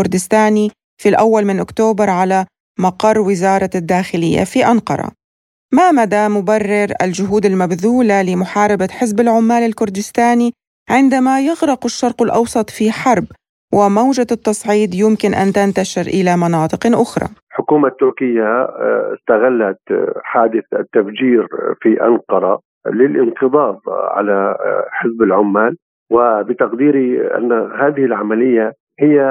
الكردستاني في 1 أكتوبر على مقر وزارة الداخلية في أنقرة. ما مدى مبرر الجهود المبذولة لمحاربة حزب العمال الكردستاني عندما يغرق الشرق الأوسط في حرب وموجة التصعيد يمكن أن تنتشر إلى مناطق أخرى؟ حكومة تركيا استغلت حادث التفجير في أنقرة للانقضاض على حزب العمال، وبتقديري أن هذه العملية هي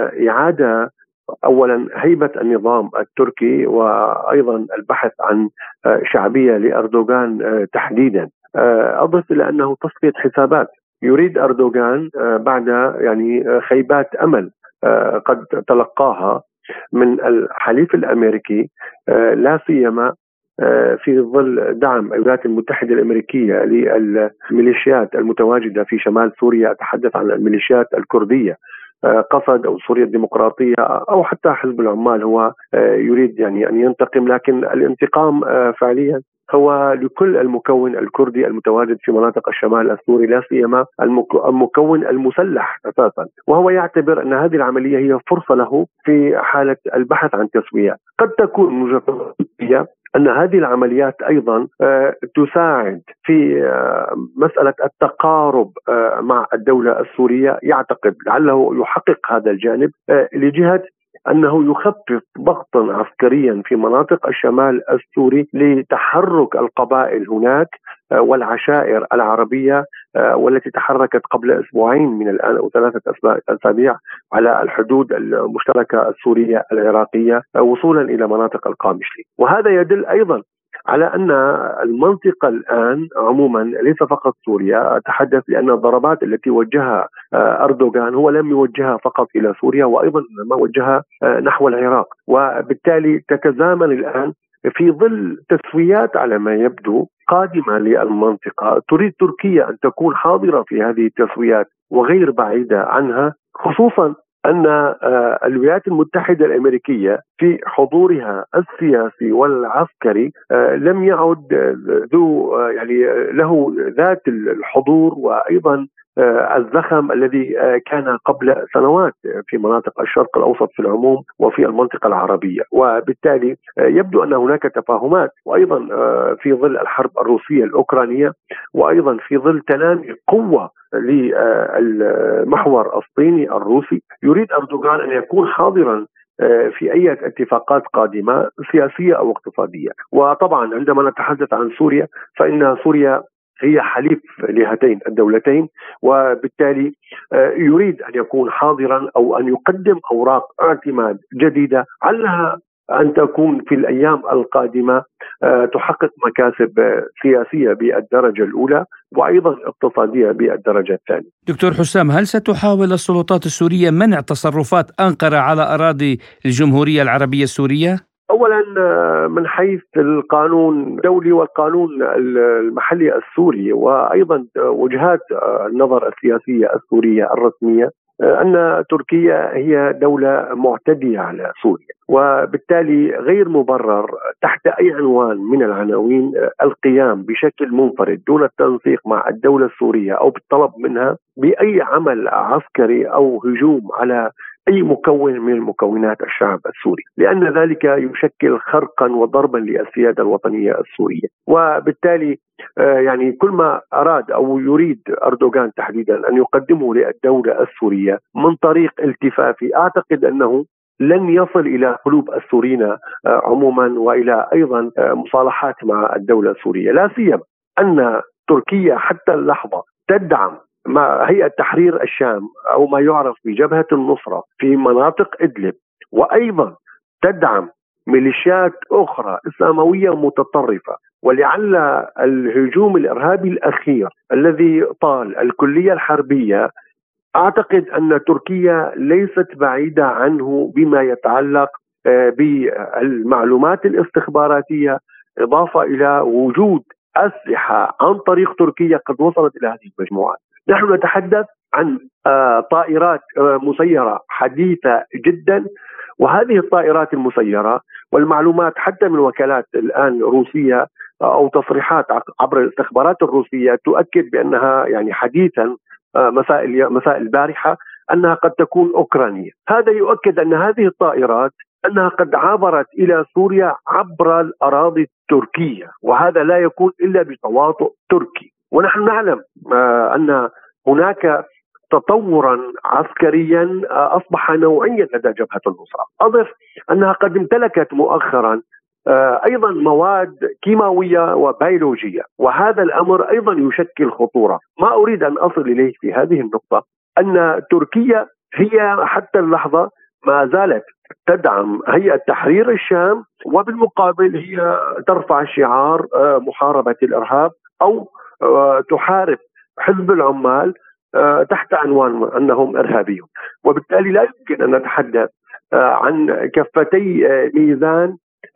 إعادة أولا هيبة النظام التركي، وأيضا البحث عن شعبية لأردوغان تحديدا. أضف إلى أنه تصفية حسابات يريد أردوغان بعد خيبات أمل قد تلقاها من الحليف الأمريكي، لا سيما في ظل دعم الولايات المتحدة الأمريكية للميليشيات المتواجدة في شمال سوريا. أتحدث عن الميليشيات الكردية قصد أو سوريا الديمقراطية أو حتى حزب العمال. هو يريد أن ينتقم، لكن الانتقام فعليا هو لكل المكون الكردي المتواجد في مناطق الشمال السوري، لا سيما المكون المسلح أساسا، وهو يعتبر أن هذه العملية هي فرصة له في حالة البحث عن تسوية. قد تكون مجرد أن هذه العمليات أيضا تساعد في مسألة التقارب مع الدولة السورية. يعتقد لعله يحقق هذا الجانب لجهة أنه يخفف ضغطا عسكريا في مناطق الشمال السوري لتحرك القبائل هناك والعشائر العربية والتي تحركت قبل أسبوعين من الآن أو 3 أسابيع على الحدود المشتركة السورية العراقية وصولا إلى مناطق القامشلي. وهذا يدل أيضا على أن المنطقة الآن عموما ليس فقط سوريا. أتحدث لأن الضربات التي وجهها أردوغان هو لم يوجهها فقط إلى سوريا، وأيضا ما وجهها نحو العراق، وبالتالي تتزامن الآن في ظل تسويات على ما يبدو قادمة للمنطقة. تريد تركيا أن تكون حاضرة في هذه التسويات وغير بعيدة عنها، خصوصا أن الولايات المتحدة الأمريكية في حضورها السياسي والعسكري لم يعد له ذات الحضور وأيضا الزخم الذي كان قبل سنوات في مناطق الشرق الأوسط في العموم وفي المنطقة العربية. وبالتالي يبدو أن هناك تفاهمات، وأيضا في ظل الحرب الروسية الأوكرانية، وأيضا في ظل تنامي قوة للمحور الصيني الروسي، يريد أردوغان أن يكون حاضرا في أي اتفاقات قادمة سياسية أو اقتصادية. وطبعا عندما نتحدث عن سوريا فإن سوريا هي حليف لهاتين الدولتين، وبالتالي يريد أن يكون حاضرا أو أن يقدم أوراق اعتماد جديدة علها أن تكون في الأيام القادمة تحقق مكاسب سياسية بالدرجة الأولى وأيضا اقتصادية بالدرجة الثانية. دكتور حسام، هل ستحاول السلطات السورية منع تصرفات أنقرة على أراضي الجمهورية العربية السورية؟ أولا من حيث القانون الدولي والقانون المحلي السوري وأيضا وجهات النظر السياسية السورية الرسمية أن تركيا هي دولة معتدية على سوريا، وبالتالي غير مبرر تحت أي عنوان من العناوين القيام بشكل منفرد دون التنسيق مع الدولة السورية أو بالطلب منها بأي عمل عسكري أو هجوم على أي مكون من مكونات الشعب السوري، لأن ذلك يشكل خرقا وضربا للسيادة الوطنية السورية. وبالتالي كل ما أراد أو يريد أردوغان تحديدا أن يقدمه للدولة السورية من طريق التفافي، أعتقد أنه لن يصل إلى قلوب السوريين عموما وإلى أيضا مصالحات مع الدولة السورية، لا سيما أن تركيا حتى اللحظة تدعم هيئة تحرير الشام أو ما يعرف بجبهة النصرة في مناطق إدلب، وأيضا تدعم ميليشيات أخرى إسلاموية متطرفة. ولعل الهجوم الإرهابي الأخير الذي طال الكلية الحربية، أعتقد أن تركيا ليست بعيدة عنه بما يتعلق بالمعلومات الاستخباراتية، إضافة إلى وجود أسلحة عن طريق تركيا قد وصلت إلى هذه المجموعات. نحن نتحدث عن طائرات مسيرة حديثة جدا، وهذه الطائرات المسيرة والمعلومات حتى من وكالات الآن روسية أو تصريحات عبر الاستخبارات الروسية تؤكد بأنها حديثا مساء البارحة أنها قد تكون أوكرانية. هذا يؤكد أن هذه الطائرات أنها قد عبرت إلى سوريا عبر الأراضي التركية، وهذا لا يكون إلا بتواطؤ تركي. ونحن نعلم أن هناك تطورا عسكريا أصبح نوعيا لدى جبهة النصرة. أضف أنها قد امتلكت مؤخرا أيضا مواد كيماوية وبيولوجية، وهذا الأمر أيضا يشكل خطورة. ما أريد أن أصل إليه في هذه النقطة أن تركيا هي حتى اللحظة ما زالت تدعم هيئة تحرير الشام، وبالمقابل هي ترفع شعار محاربة الإرهاب أو تحارب حزب العمال تحت عنوان أنهم إرهابيون. وبالتالي لا يمكن أن نتحدث عن كفتي ميزان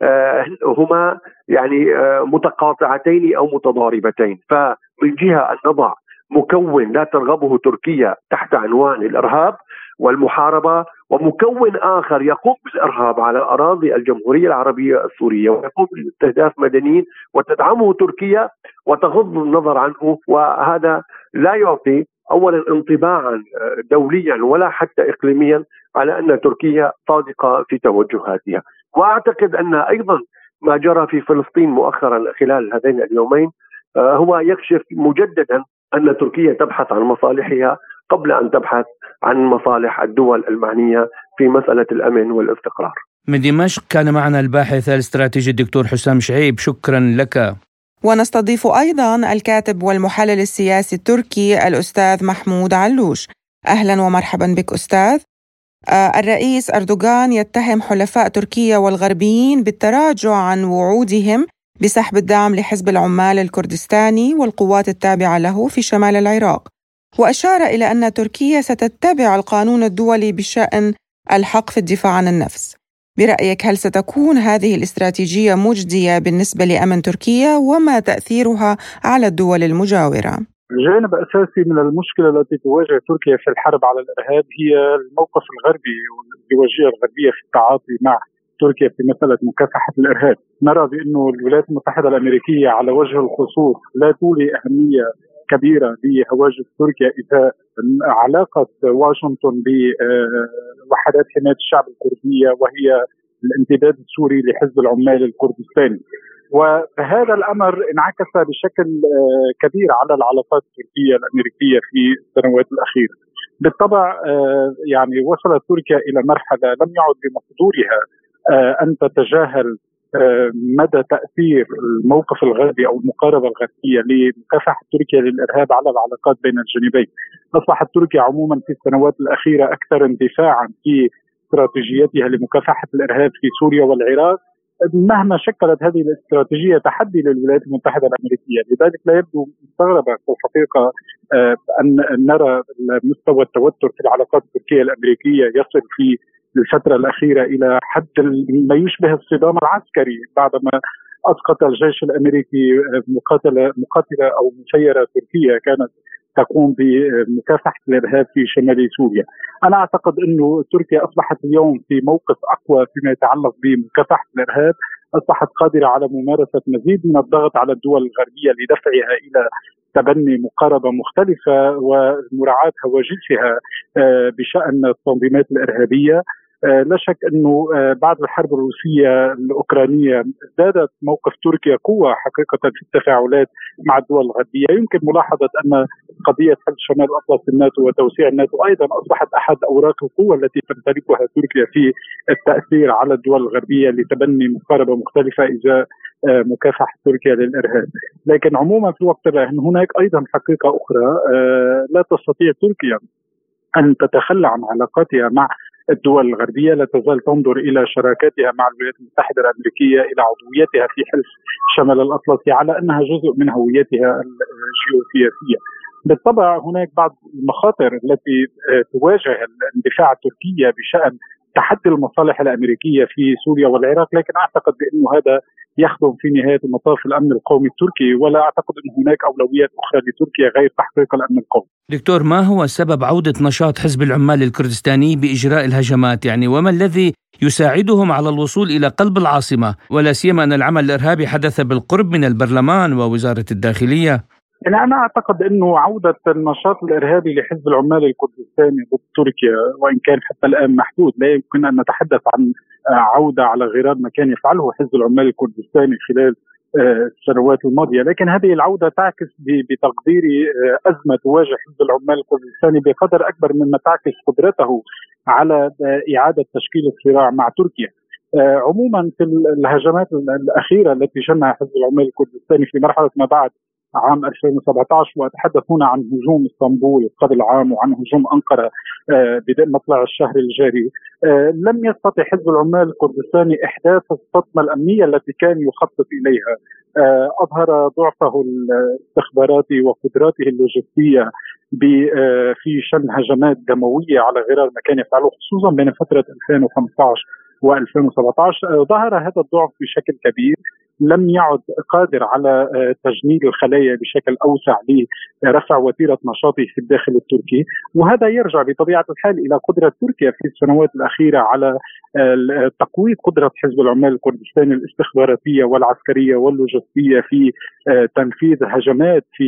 هما يعني متقاطعتين أو متضاربتين. فمن جهة أن نضع مكون لا ترغبه تركيا تحت عنوان الإرهاب والمحاربة، ومكون آخر يقوم بالإرهاب على أراضي الجمهورية العربية السورية ويقوم باستهداف مدنيين وتدعمه تركيا وتغض النظر عنه، وهذا لا يعطي أولا انطباعا دوليا ولا حتى إقليميا على أن تركيا صادقة في توجهاتها. وأعتقد أن أيضا ما جرى في فلسطين مؤخرا خلال هذين اليومين هو يكشف مجددا أن تركيا تبحث عن مصالحها قبل أن تبحث عن مصالح الدول المعنية في مسألة الأمن والاستقرار. من دمشق كان معنا الباحث الاستراتيجي الدكتور حسام شعيب، شكرا لك. ونستضيف أيضا الكاتب والمحلل السياسي التركي الأستاذ محمود علوش. أهلا ومرحبا بك أستاذ. الرئيس أردوغان يتهم حلفاء تركيا والغربيين بالتراجع عن وعودهم بسحب الدعم لحزب العمال الكردستاني والقوات التابعة له في شمال العراق، وأشار إلى أن تركيا ستتبع القانون الدولي بشأن الحق في الدفاع عن النفس. برأيك هل ستكون هذه الاستراتيجية مجدية بالنسبة لأمن تركيا، وما تأثيرها على الدول المجاورة؟ جانب أساسي من المشكلة التي تواجه تركيا في الحرب على الإرهاب هي الموقف الغربي والازدواجية الغربية في التعاطي مع تركيا في مسألة مكافحة الإرهاب. نرى بأن الولايات المتحدة الأمريكية على وجه الخصوص لا تولي أهمية كبيرة بهواجس تركيا إذا علاقة واشنطن بوحدات حماية الشعب الكردية وهي الامتداد السوري لحزب العمال الكردستاني. وهذا الأمر انعكس بشكل كبير على العلاقات التركية الأمريكية في السنوات الأخيرة. بالطبع يعني وصلت تركيا إلى مرحلة لم يعد بمقدورها أن تتجاهل مدى تأثير الموقف الغربي أو المقاربة الغربية لمكافحة تركيا للإرهاب على العلاقات بين الجانبين. أصبحت تركيا عموما في السنوات الأخيرة أكثر اندفاعا في استراتيجيتها لمكافحة الإرهاب في سوريا والعراق، مهما شكلت هذه الاستراتيجية تحدي للولايات المتحدة الأمريكية. لذلك لا يبدو مستغربا في الحقيقة أن نرى مستوى التوتر في العلاقات التركية الأمريكية يصل في الفترة الأخيرة إلى حد ما يشبه الصدام العسكري بعدما أسقط الجيش الأمريكي مقاتلة أو مسيرة تركية كانت تقوم بمكافحة الإرهاب في شمال سوريا. أنا أعتقد أنه تركيا أصبحت اليوم في موقف أقوى فيما يتعلق بمكافحة الإرهاب، أصبحت قادرة على ممارسة مزيد من الضغط على الدول الغربية لدفعها إلى تبني مقاربة مختلفة ومراعاة هواجسها بشأن التنظيمات الإرهابية. لا شك أنه بعد الحرب الروسية الأوكرانية ازدادت موقف تركيا قوة حقيقة في التفاعلات مع الدول الغربية. يمكن ملاحظة أن قضية حل شمال أطلس الناتو وتوسيع الناتو أيضا أصبحت أحد أوراق القوة التي تمتلكها تركيا في التأثير على الدول الغربية لتبني مقاربة مختلفة إذا مكافحة تركيا للإرهاب. لكن عموما في الوقت الراهن هناك أيضا حقيقة أخرى، لا تستطيع تركيا أن تتخلى عن علاقاتها مع الدول الغربية، لا تزال تنظر إلى شراكاتها مع الولايات المتحدة الأمريكية، إلى عضويتها في حلف شمال الأطلسي على أنها جزء من هويتها الجيوسياسية. بالطبع هناك بعض المخاطر التي تواجه الاندفاع التركية بشأن تحدي المصالح الأمريكية في سوريا والعراق، لكن أعتقد بأن هذا يخدم في نهاية المطاف الأمن القومي التركي، ولا أعتقد أن هناك أولويات أخرى لتركيا غير تحقيق الأمن القومي. دكتور، ما هو سبب عودة نشاط حزب العمال الكردستاني بإجراء الهجمات وما الذي يساعدهم على الوصول إلى قلب العاصمة، ولا سيما أن العمل الإرهابي حدث بالقرب من البرلمان ووزارة الداخلية؟ أنا أعتقد أنه عودة النشاط الإرهابي لحزب العمال الكردستاني ضد تركيا وإن كان حتى الآن محدود، لا يمكن أن نتحدث عن عودة على غرار ما كان يفعله حزب العمال الكردستاني خلال السنوات الماضية. لكن هذه العودة تعكس بتقديري أزمة تواجه حزب العمال الكردستاني بقدر أكبر مما تعكس قدرته على إعادة تشكيل الصراع مع تركيا. عموما في الهجمات الأخيرة التي شنها حزب العمال الكردستاني في مرحلة ما بعد عام 2017، وأتحدث هنا عن هجوم اسطنبول قبل عام وعن هجوم أنقرة بدء مطلع الشهر الجاري، لم يستطع حزب العمال الكردستاني إحداث الصدمة الأمنية التي كان يخطط إليها. أظهر ضعفه الاستخباراتي وقدراته اللوجستية في شن هجمات دموية على غرار ما كان يفعله خصوصا بين فترة 2015 و2017. ظهر هذا الضعف بشكل كبير، لم يعد قادر على تجنيد الخلايا بشكل أوسع لرفع وتيرة نشاطه في الداخل التركي، وهذا يرجع بطبيعة الحال إلى قدرة تركيا في السنوات الأخيرة على تقويض قدرة حزب العمال الكردستاني الاستخباراتية والعسكرية واللوجستية في تنفيذ هجمات في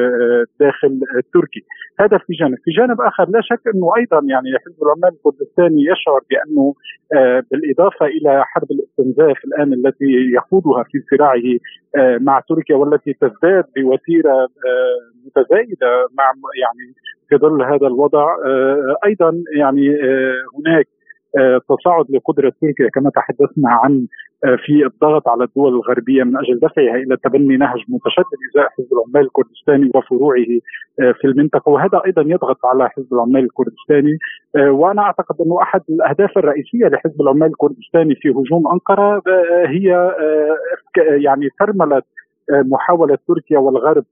داخل التركي. هذا في جانب. في جانب آخر لا شك أنه أيضا يعني حزب العمال الكردستاني يشعر بأنه بالإضافة إلى حرب الاستنزاف الآن التي يخوضها في صراعه مع تركيا والتي تزداد بوتيرة متزايدة مع يعني في ظل هذا الوضع، أيضا يعني هناك تصاعد لقدرة تركيا كما تحدثنا عن في الضغط على الدول الغربية من أجل دفعها إلى تبني نهج متشدد إزاء حزب العمال الكردستاني وفروعه في المنطقة، وهذا أيضا يضغط على حزب العمال الكردستاني. وأنا أعتقد أنه أحد الأهداف الرئيسية لحزب العمال الكردستاني في هجوم أنقرة هي يعني ترملة محاولة تركيا والغرب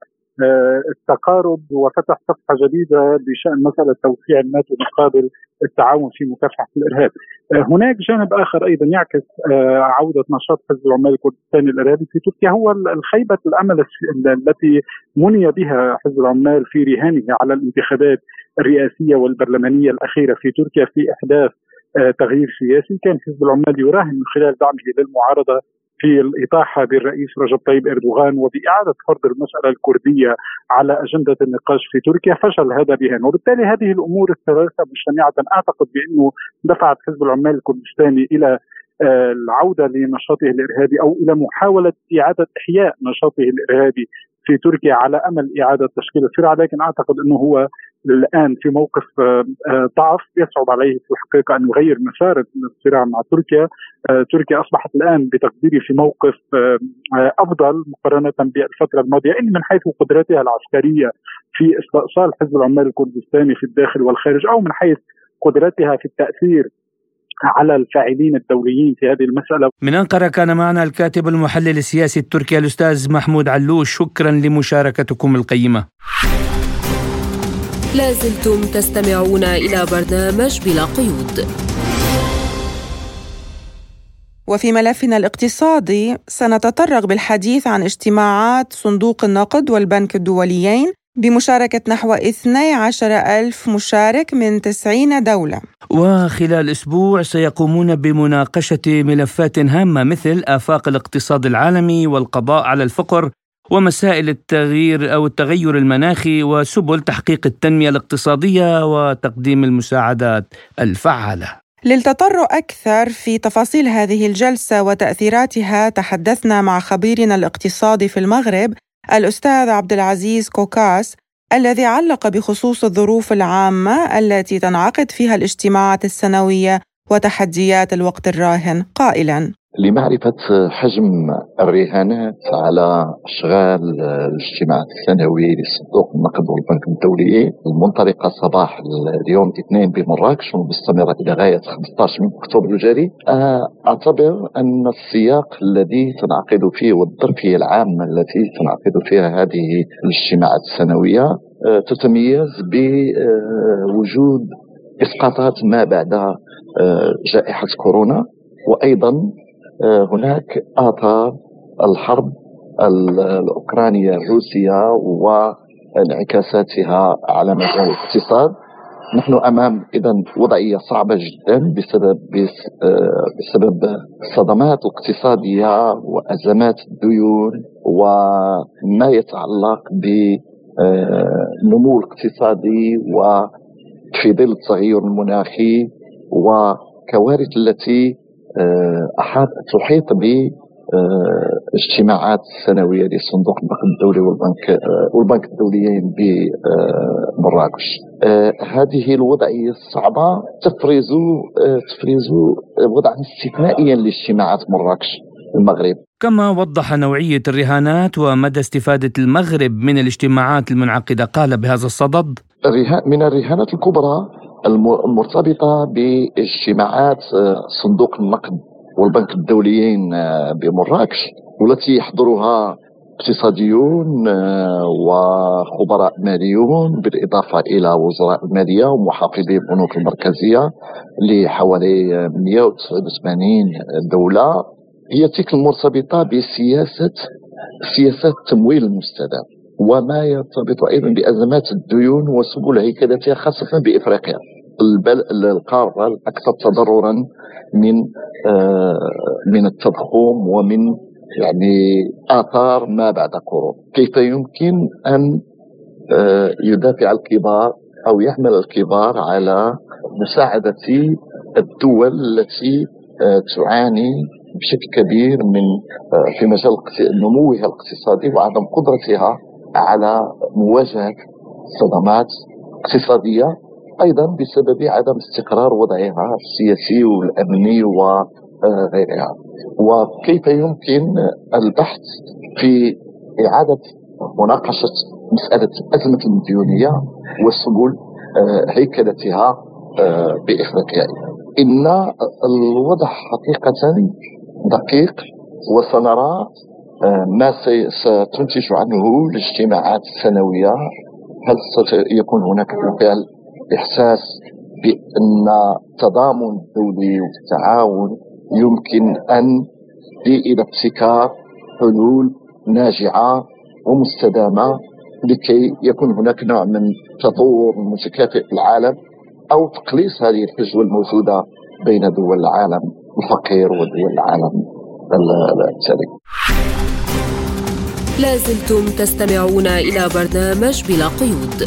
التقارب وفتح صفحة جديدة بشأن مسألة توسيع الناتو مقابل التعاون في مكافحة الإرهاب. هناك جانب آخر أيضا يعكس عودة نشاط حزب العمال الكردستاني الإرهابي في تركيا، هو الخيبة الأمل التي مني بها حزب العمال في رهانه على الانتخابات الرئاسية والبرلمانية الأخيرة في تركيا في إحداث تغيير سياسي. كان حزب العمال يراهن من خلال دعمه للمعارضة في الإطاحة بالرئيس رجب طيب إردوغان وبإعادة فرض المسألة الكردية على أجندة النقاش في تركيا. فشل هذا بهن، وبالتالي هذه الأمور الثلاثة مجتمعة أعتقد بأنه دفعت حزب العمال الكردستاني إلى العودة لنشاطه الإرهابي أو إلى محاولة إعادة إحياء نشاطه الإرهابي في تركيا على أمل إعادة تشكيل الصراع. لكن أعتقد أنه هو الآن في موقف ضعف، يصعب عليه في الحقيقة أن يغير مسار الصراع مع تركيا. تركيا أصبحت الآن بتقديري في موقف أفضل مقارنة بالفترة الماضية، إن من حيث قدرتها العسكرية في استئصال حزب العمال الكردستاني في الداخل والخارج، أو من حيث قدرتها في التأثير على الفاعلين الدوليين في هذه المسألة. من أنقرة كان معنا الكاتب المحلل السياسي التركي الأستاذ محمود علوش، شكرا لمشاركتكم القيمة. لازلتم تستمعون إلى برنامج بلا قيود. وفي ملفنا الاقتصادي سنتطرق بالحديث عن اجتماعات صندوق النقد والبنك الدوليين بمشاركة نحو 12,000 مشارك من 90 دولة. وخلال أسبوع سيقومون بمناقشة ملفات هامة مثل آفاق الاقتصاد العالمي والقضاء على الفقر ومسائل التغير المناخي وسبل تحقيق التنمية الاقتصادية وتقديم المساعدات الفعالة. للتطرق أكثر في تفاصيل هذه الجلسة وتأثيراتها تحدثنا مع خبيرنا الاقتصادي في المغرب الأستاذ عبد العزيز كوكاس، الذي علق بخصوص الظروف العامة التي تنعقد فيها الاجتماعات السنوية وتحديات الوقت الراهن قائلاً: لمعرفة حجم الرهانات على أشغال الاجتماعات السنوي لصندوق النقد والبنك الدولي المنطلقة صباح اليوم الاثنين بمراكش ومستمرة إلى غاية 15 من أكتوبر الجاري، أعتبر أن السياق الذي تنعقد فيه والظرفية العامة التي تنعقد فيها هذه الاجتماعات السنوية تتميز بوجود إسقاطات ما بعد جائحة كورونا، وأيضا هناك آثار الحرب الأوكرانية الروسية وانعكاساتها على مجال الاقتصاد. نحن أمام إذن وضعية صعبة جدا بسبب الصدمات الاقتصادية وأزمات الديون وما يتعلق بالنمو الاقتصادي وفي ظل التغير المناخي وكوارث التي تحيط باجتماعات سنوية لصندوق النقد الدولي والبنك الدوليين بمراكش. هذه الوضعية الصعبة تفرز وضعا استثنائيا لاجتماعات مراكش المغرب. كما وضح نوعية الرهانات ومدى استفادة المغرب من الاجتماعات المنعقدة قال بهذا الصدد: من الرهانات الكبرى المرتبطة باجتماعات صندوق النقد والبنك الدوليين بمراكش، والتي يحضرها اقتصاديون وخبراء ماليون بالإضافة إلى وزراء المالية ومحافظي البنوك المركزية لحوالي 189 دولة، هي تلك المرتبطة بسياسة التمويل المستدام وما يرتبط أيضا بأزمات الديون وسبل هيكلتها خاصة بإفريقيا القارة الأكثر تضررا من التضخم ومن آثار ما بعد كورونا. كيف يمكن أن يدافع الكبار أو يعمل الكبار على مساعدة الدول التي تعاني بشكل كبير في مجال نموها الاقتصادي وعدم قدرتها على مواجهة صدمات اقتصادية، أيضا بسبب عدم استقرار وضعها السياسي والأمني وغيرها. وكيف يمكن البحث في إعادة مناقشة مسألة أزمة المديونية وسبل هيكلتها بإفريقيا. إن الوضع حقيقة دقيق، وسنرى ما ستنتج عنه الاجتماعات السنوية. هل سيكون هناك بالفعل إحساس بأن التضامن الدولي والتعاون يمكن أن يؤدي إلى ابتكار حلول ناجعة ومستدامة لكي يكون هناك نوع من تطور متكافئ في العالم أو تقليص هذه الفجوة الموجودة بين دول العالم الفقير ودول العالم الثري. لازلتم تستمعون إلى برنامج بلا قيود.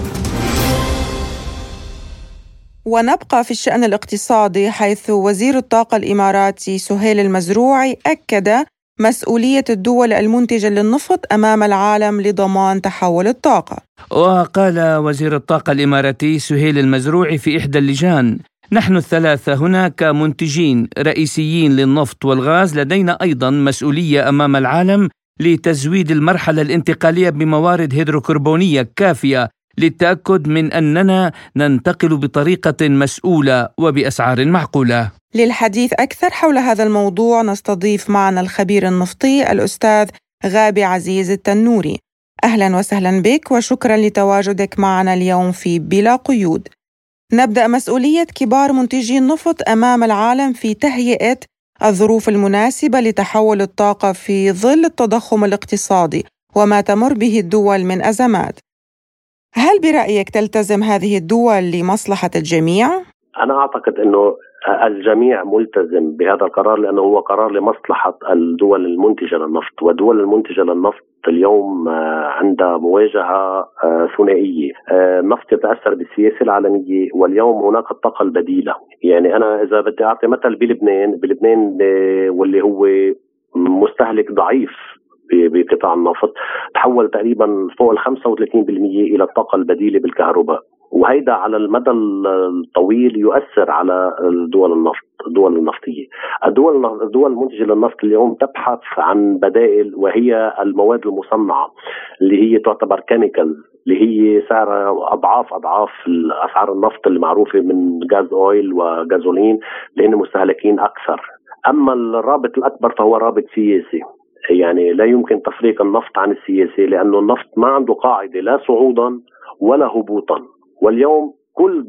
ونبقى في الشأن الاقتصادي، حيث وزير الطاقة الإماراتي سهيل المزروعي أكد مسؤولية الدول المنتجة للنفط أمام العالم لضمان تحول الطاقة. وقال وزير الطاقة الإماراتي سهيل المزروعي في إحدى اللجان: نحن الثلاثة هنا كمنتجين رئيسيين للنفط والغاز لدينا أيضا مسؤولية أمام العالم لتزويد المرحلة الانتقالية بموارد هيدروكربونية كافية للتأكد من أننا ننتقل بطريقة مسؤولة وبأسعار معقولة. للحديث أكثر حول هذا الموضوع نستضيف معنا الخبير النفطي الأستاذ غابي عزيز التنوري. أهلا وسهلا بك وشكرا لتواجدك معنا اليوم في بلا قيود. نبدأ مسؤولية كبار منتجي النفط أمام العالم في تهيئة الظروف المناسبة لتحول الطاقة في ظل التضخم الاقتصادي وما تمر به الدول من أزمات. هل برأيك تلتزم هذه الدول لمصلحة الجميع؟ أنا أعتقد أنه الجميع ملتزم بهذا القرار، لأنه هو قرار لمصلحة الدول المنتجة للنفط، والدول المنتجة للنفط اليوم عندها مواجهة ثنائية. النفط يتأثر بالسياسة العالمية، واليوم هناك الطاقة البديلة. يعني أنا إذا بدي أعطي مثل بلبنان واللي هو مستهلك ضعيف بقطاع النفط، تحول تقريبا فوق 35% إلى الطاقة البديلة بالكهرباء، وهيدا على المدى الطويل يؤثر على الدول النفطية. الدول المنتجة للنفط اليوم تبحث عن بدائل، وهي المواد المصنعة اللي هي تعتبر كيميكال، اللي هي سعرها أضعاف أسعار النفط اللي معروفة من غاز أويل وغازولين، لأن مستهلكين أكثر. أما الرابط الأكبر فهو رابط سياسي، يعني لا يمكن تفريق النفط عن السياسة، لأنه النفط ما عنده قاعدة لا صعودا ولا هبوطا. واليوم كل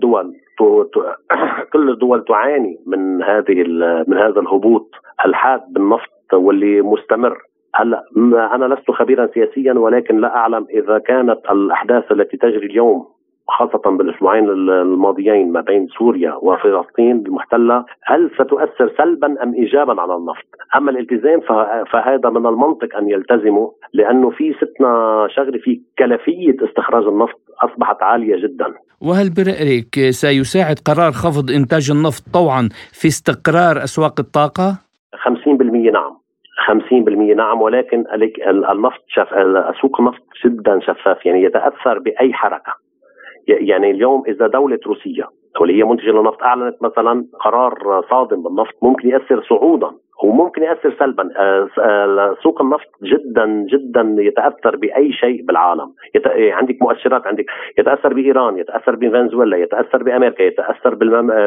الدول تعاني من هذا الهبوط الحاد بالنفط واللي مستمر. هلا أنا لست خبيرا سياسيا، ولكن لا أعلم إذا كانت الأحداث التي تجري اليوم خاصة بالأسبوعين الماضيين ما بين سوريا وفلسطين المحتلة هل ستؤثر سلبا أم إيجابا على النفط. أما الالتزام فهذا من المنطق أن يلتزموا، لأنه في ستنا شغلة في كلفية استخراج النفط أصبحت عالية جدا. وهل برأيك سيساعد قرار خفض إنتاج النفط طوعا في استقرار أسواق الطاقة؟ 50% نعم، 50% نعم، ولكن النفط سوق النفط جدا شفاف، يعني يتأثر بأي حركة. يعني اليوم إذا دولة روسيا واللي هي منتجة للنفط أعلنت مثلا قرار صادم بالنفط، ممكن يأثر صعودا وممكن يأثر سلبا. سوق النفط جدا جدا يتأثر بأي شيء بالعالم. عندك مؤشرات، عندك يتأثر بإيران، يتأثر بفنزويلا، يتأثر بأمريكا، يتأثر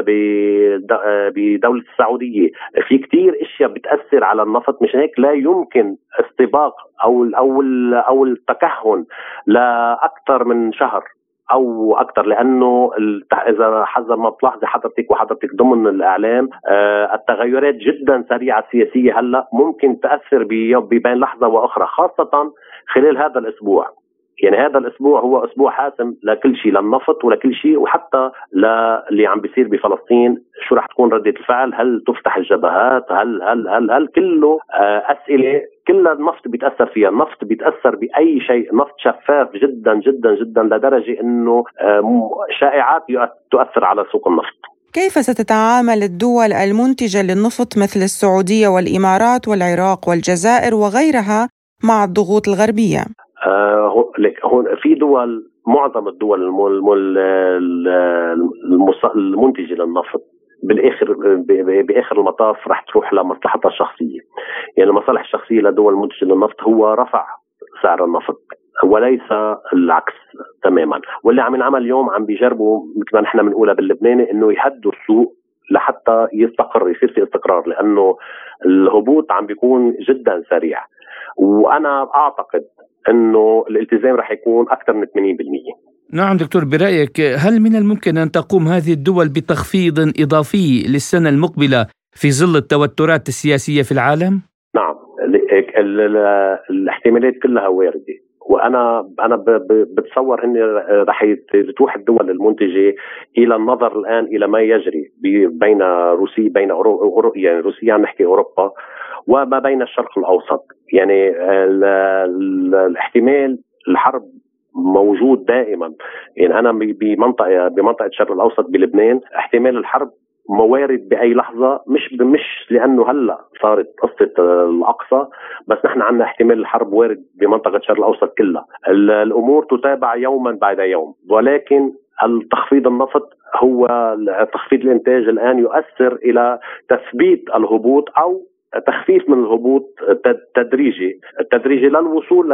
بدولة السعودية. في كتير اشياء بتأثر على النفط، مش هيك لا يمكن استباق أو التكهن لأكثر من شهر أو أكثر، لأنه إذا حذر ما بتلاحظي حضرتك ضمن الإعلام التغيرات جدا سريعة السياسية هلا ممكن تأثر بين لحظة وأخرى، خاصة خلال هذا الأسبوع. يعني هذا الأسبوع هو أسبوع حاسم لكل شيء، للنفط ولكل شيء، وحتى للي عم بيصير بفلسطين. شو رح تكون ردة الفعل؟ هل تفتح الجبهات؟ هل كله أسئلة كل النفط بيتأثر فيها. النفط بيتأثر بأي شيء، نفط شفاف جدا جدا جدا لدرجة أنه شائعات تؤثر على سوق النفط. كيف ستتعامل الدول المنتجة للنفط مثل السعودية والإمارات والعراق والجزائر وغيرها مع الضغوط الغربية؟ هون في دول، معظم الدول المنتجة للنفط بآخر المطاف رح تروح لمصلحتها الشخصية. يعني المصالح الشخصية لدول المنتجة للنفط هو رفع سعر النفط وليس العكس تماما. واللي عم ينعمل اليوم عم بيجربوا مثل ما نحن بنقولها باللبناني انه يهدوا السوق لحتى يصير في استقرار، لانه الهبوط عم بيكون جدا سريع. وانا اعتقد انه الالتزام رح يكون اكثر من 80%. نعم دكتور، برأيك هل من الممكن أن تقوم هذه الدول بتخفيض إضافي للسنة المقبلة في ظل التوترات السياسية في العالم؟ نعم، الاحتمالات كلها واردة، وأنا بتصور أن رح تروح الدول المنتجة إلى النظر الآن إلى ما يجري بين روسيا يعني روسيا عم نحكي أوروبا وما بين الشرق الأوسط. يعني الاحتمال الحرب موجود دائما. يعني أنا بمنطقة الشرق الأوسط بلبنان احتمال الحرب موارد بأي لحظة، مش لأنه هلأ صارت قصة الأقصى، بس نحن عندنا احتمال الحرب وارد بمنطقة الشرق الأوسط كلها. الأمور تتابع يوما بعد يوم، ولكن التخفيض النفط هو تخفيض الإنتاج الآن يؤثر إلى تثبيت الهبوط أو تخفيف من الهبوط التدريجي للوصول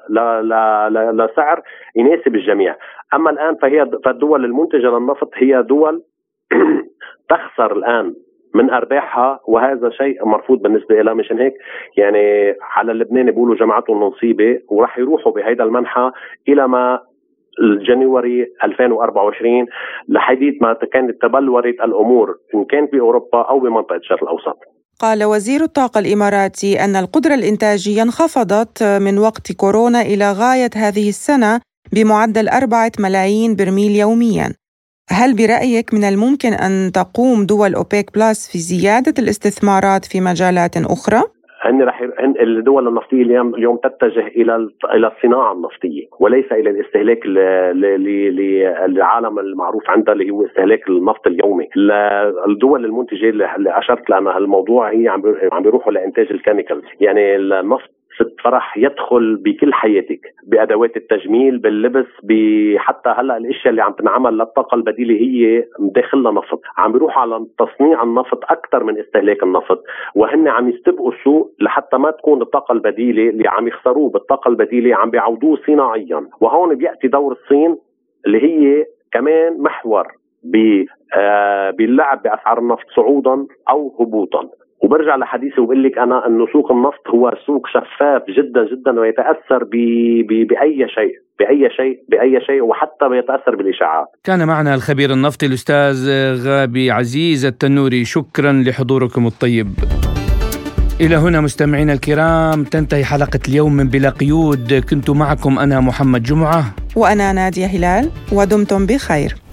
لسعر يناسب الجميع. أما الآن فالدول المنتجة للنفط هي دول تخسر الآن من أرباحها، وهذا شيء مرفوض بالنسبة إلى. مشان هيك يعني على اللبناني بيقولوا جماعته النصيبة، وراح يروحوا بهيدا المنحى إلى ما الجانيوري 2024 لحديث ما كانت تبلورت الأمور إن كان في أوروبا أو بمنطقة الشرق الأوسط. قال وزير الطاقة الإماراتي أن القدرة الإنتاجية انخفضت من وقت كورونا إلى غاية هذه السنة بمعدل 4 ملايين برميل يومياً. هل برأيك من الممكن أن تقوم دول أوبيك بلس في زيادة الاستثمارات في مجالات أخرى؟ الدول النفطية اليوم تتجه إلى الصناعة النفطية وليس إلى الاستهلاك العالم المعروف عندها اللي هو استهلاك النفط اليومي. الدول المنتجة اللي أشرت لأنها الموضوع هي عم بيروحوا لإنتاج الكيميكال. يعني النفط فرح يدخل بكل حياتك، بأدوات التجميل، باللبس، حتى هلا الاشياء اللي عم تنعمل للطاقه البديله هي داخلها نفط. عم بيروحوا على تصنيع النفط اكثر من استهلاك النفط، وهن عم يستبقوا السوق لحتى ما تكون الطاقه البديله اللي عم يخسروه بالطاقه البديله عم بيعوضوه صناعيا. وهون بياتي دور الصين اللي هي كمان محور باللعب باسعار النفط صعودا او هبوطا. وبرجع لحديثي وبقول لك أنا أنه سوق النفط هو سوق شفاف جدا جدا ويتأثر بأي شيء وحتى بيتأثر بالإشاعات. كان معنا الخبير النفطي الأستاذ غابي عزيز التنوري، شكرا لحضوركم الطيب. إلى هنا مستمعينا الكرام تنتهي حلقة اليوم من بلا قيود. كنت معكم أنا محمد جمعة وأنا نادية هلال، ودمتم بخير.